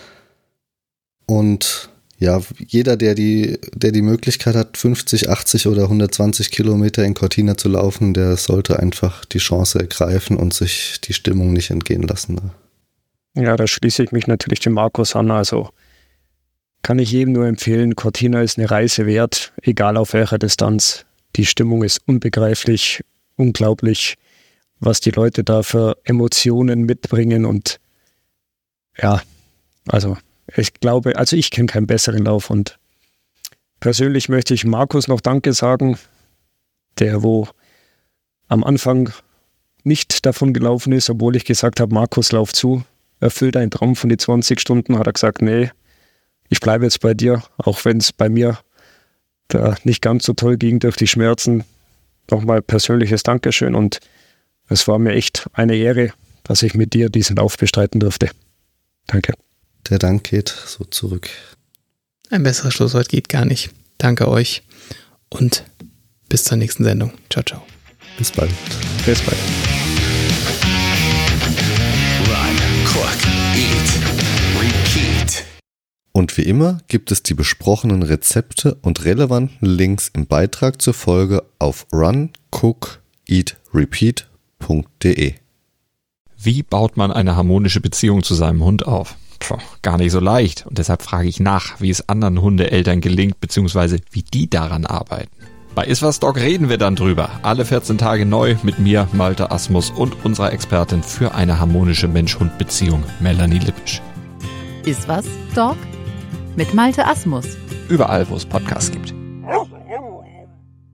Und ja, jeder, der die Möglichkeit hat, 50, 80 oder 120 Kilometer in Cortina zu laufen, der sollte einfach die Chance ergreifen und sich die Stimmung nicht entgehen lassen. Ja, da schließe ich mich natürlich dem Markus an. Also kann ich jedem nur empfehlen, Cortina ist eine Reise wert, egal auf welcher Distanz. Die Stimmung ist unbegreiflich, unglaublich, was die Leute da für Emotionen mitbringen. Und ja, also ich glaube, ich kenne keinen besseren Lauf. Und persönlich möchte ich Markus noch Danke sagen, der wo am Anfang nicht davon gelaufen ist, obwohl ich gesagt habe, Markus, lauf zu, erfüll deinen Traum von die 20 Stunden, hat er gesagt, nee, ich bleibe jetzt bei dir, auch wenn es bei mir da nicht ganz so toll ging durch die Schmerzen. Nochmal persönliches Dankeschön und es war mir echt eine Ehre, dass ich mit dir diesen Lauf bestreiten durfte. Danke. Der Dank geht so zurück. Ein besseres Schlusswort geht gar nicht. Danke euch und bis zur nächsten Sendung. Ciao, ciao. Bis bald. Bis bald. Run, cook, eat, repeat. Und wie immer gibt es die besprochenen Rezepte und relevanten Links im Beitrag zur Folge auf runcookeatrepeat.de. Wie baut man eine harmonische Beziehung zu seinem Hund auf? Gar nicht so leicht. Und deshalb frage ich nach, wie es anderen Hundeeltern gelingt, beziehungsweise wie die daran arbeiten. Bei Iswas Dog reden wir dann drüber. Alle 14 Tage neu mit mir, Malte Asmus und unserer Expertin für eine harmonische Mensch-Hund-Beziehung, Melanie Lippisch. Iswas Dog? Mit Malte Asmus. Überall, wo es Podcasts gibt.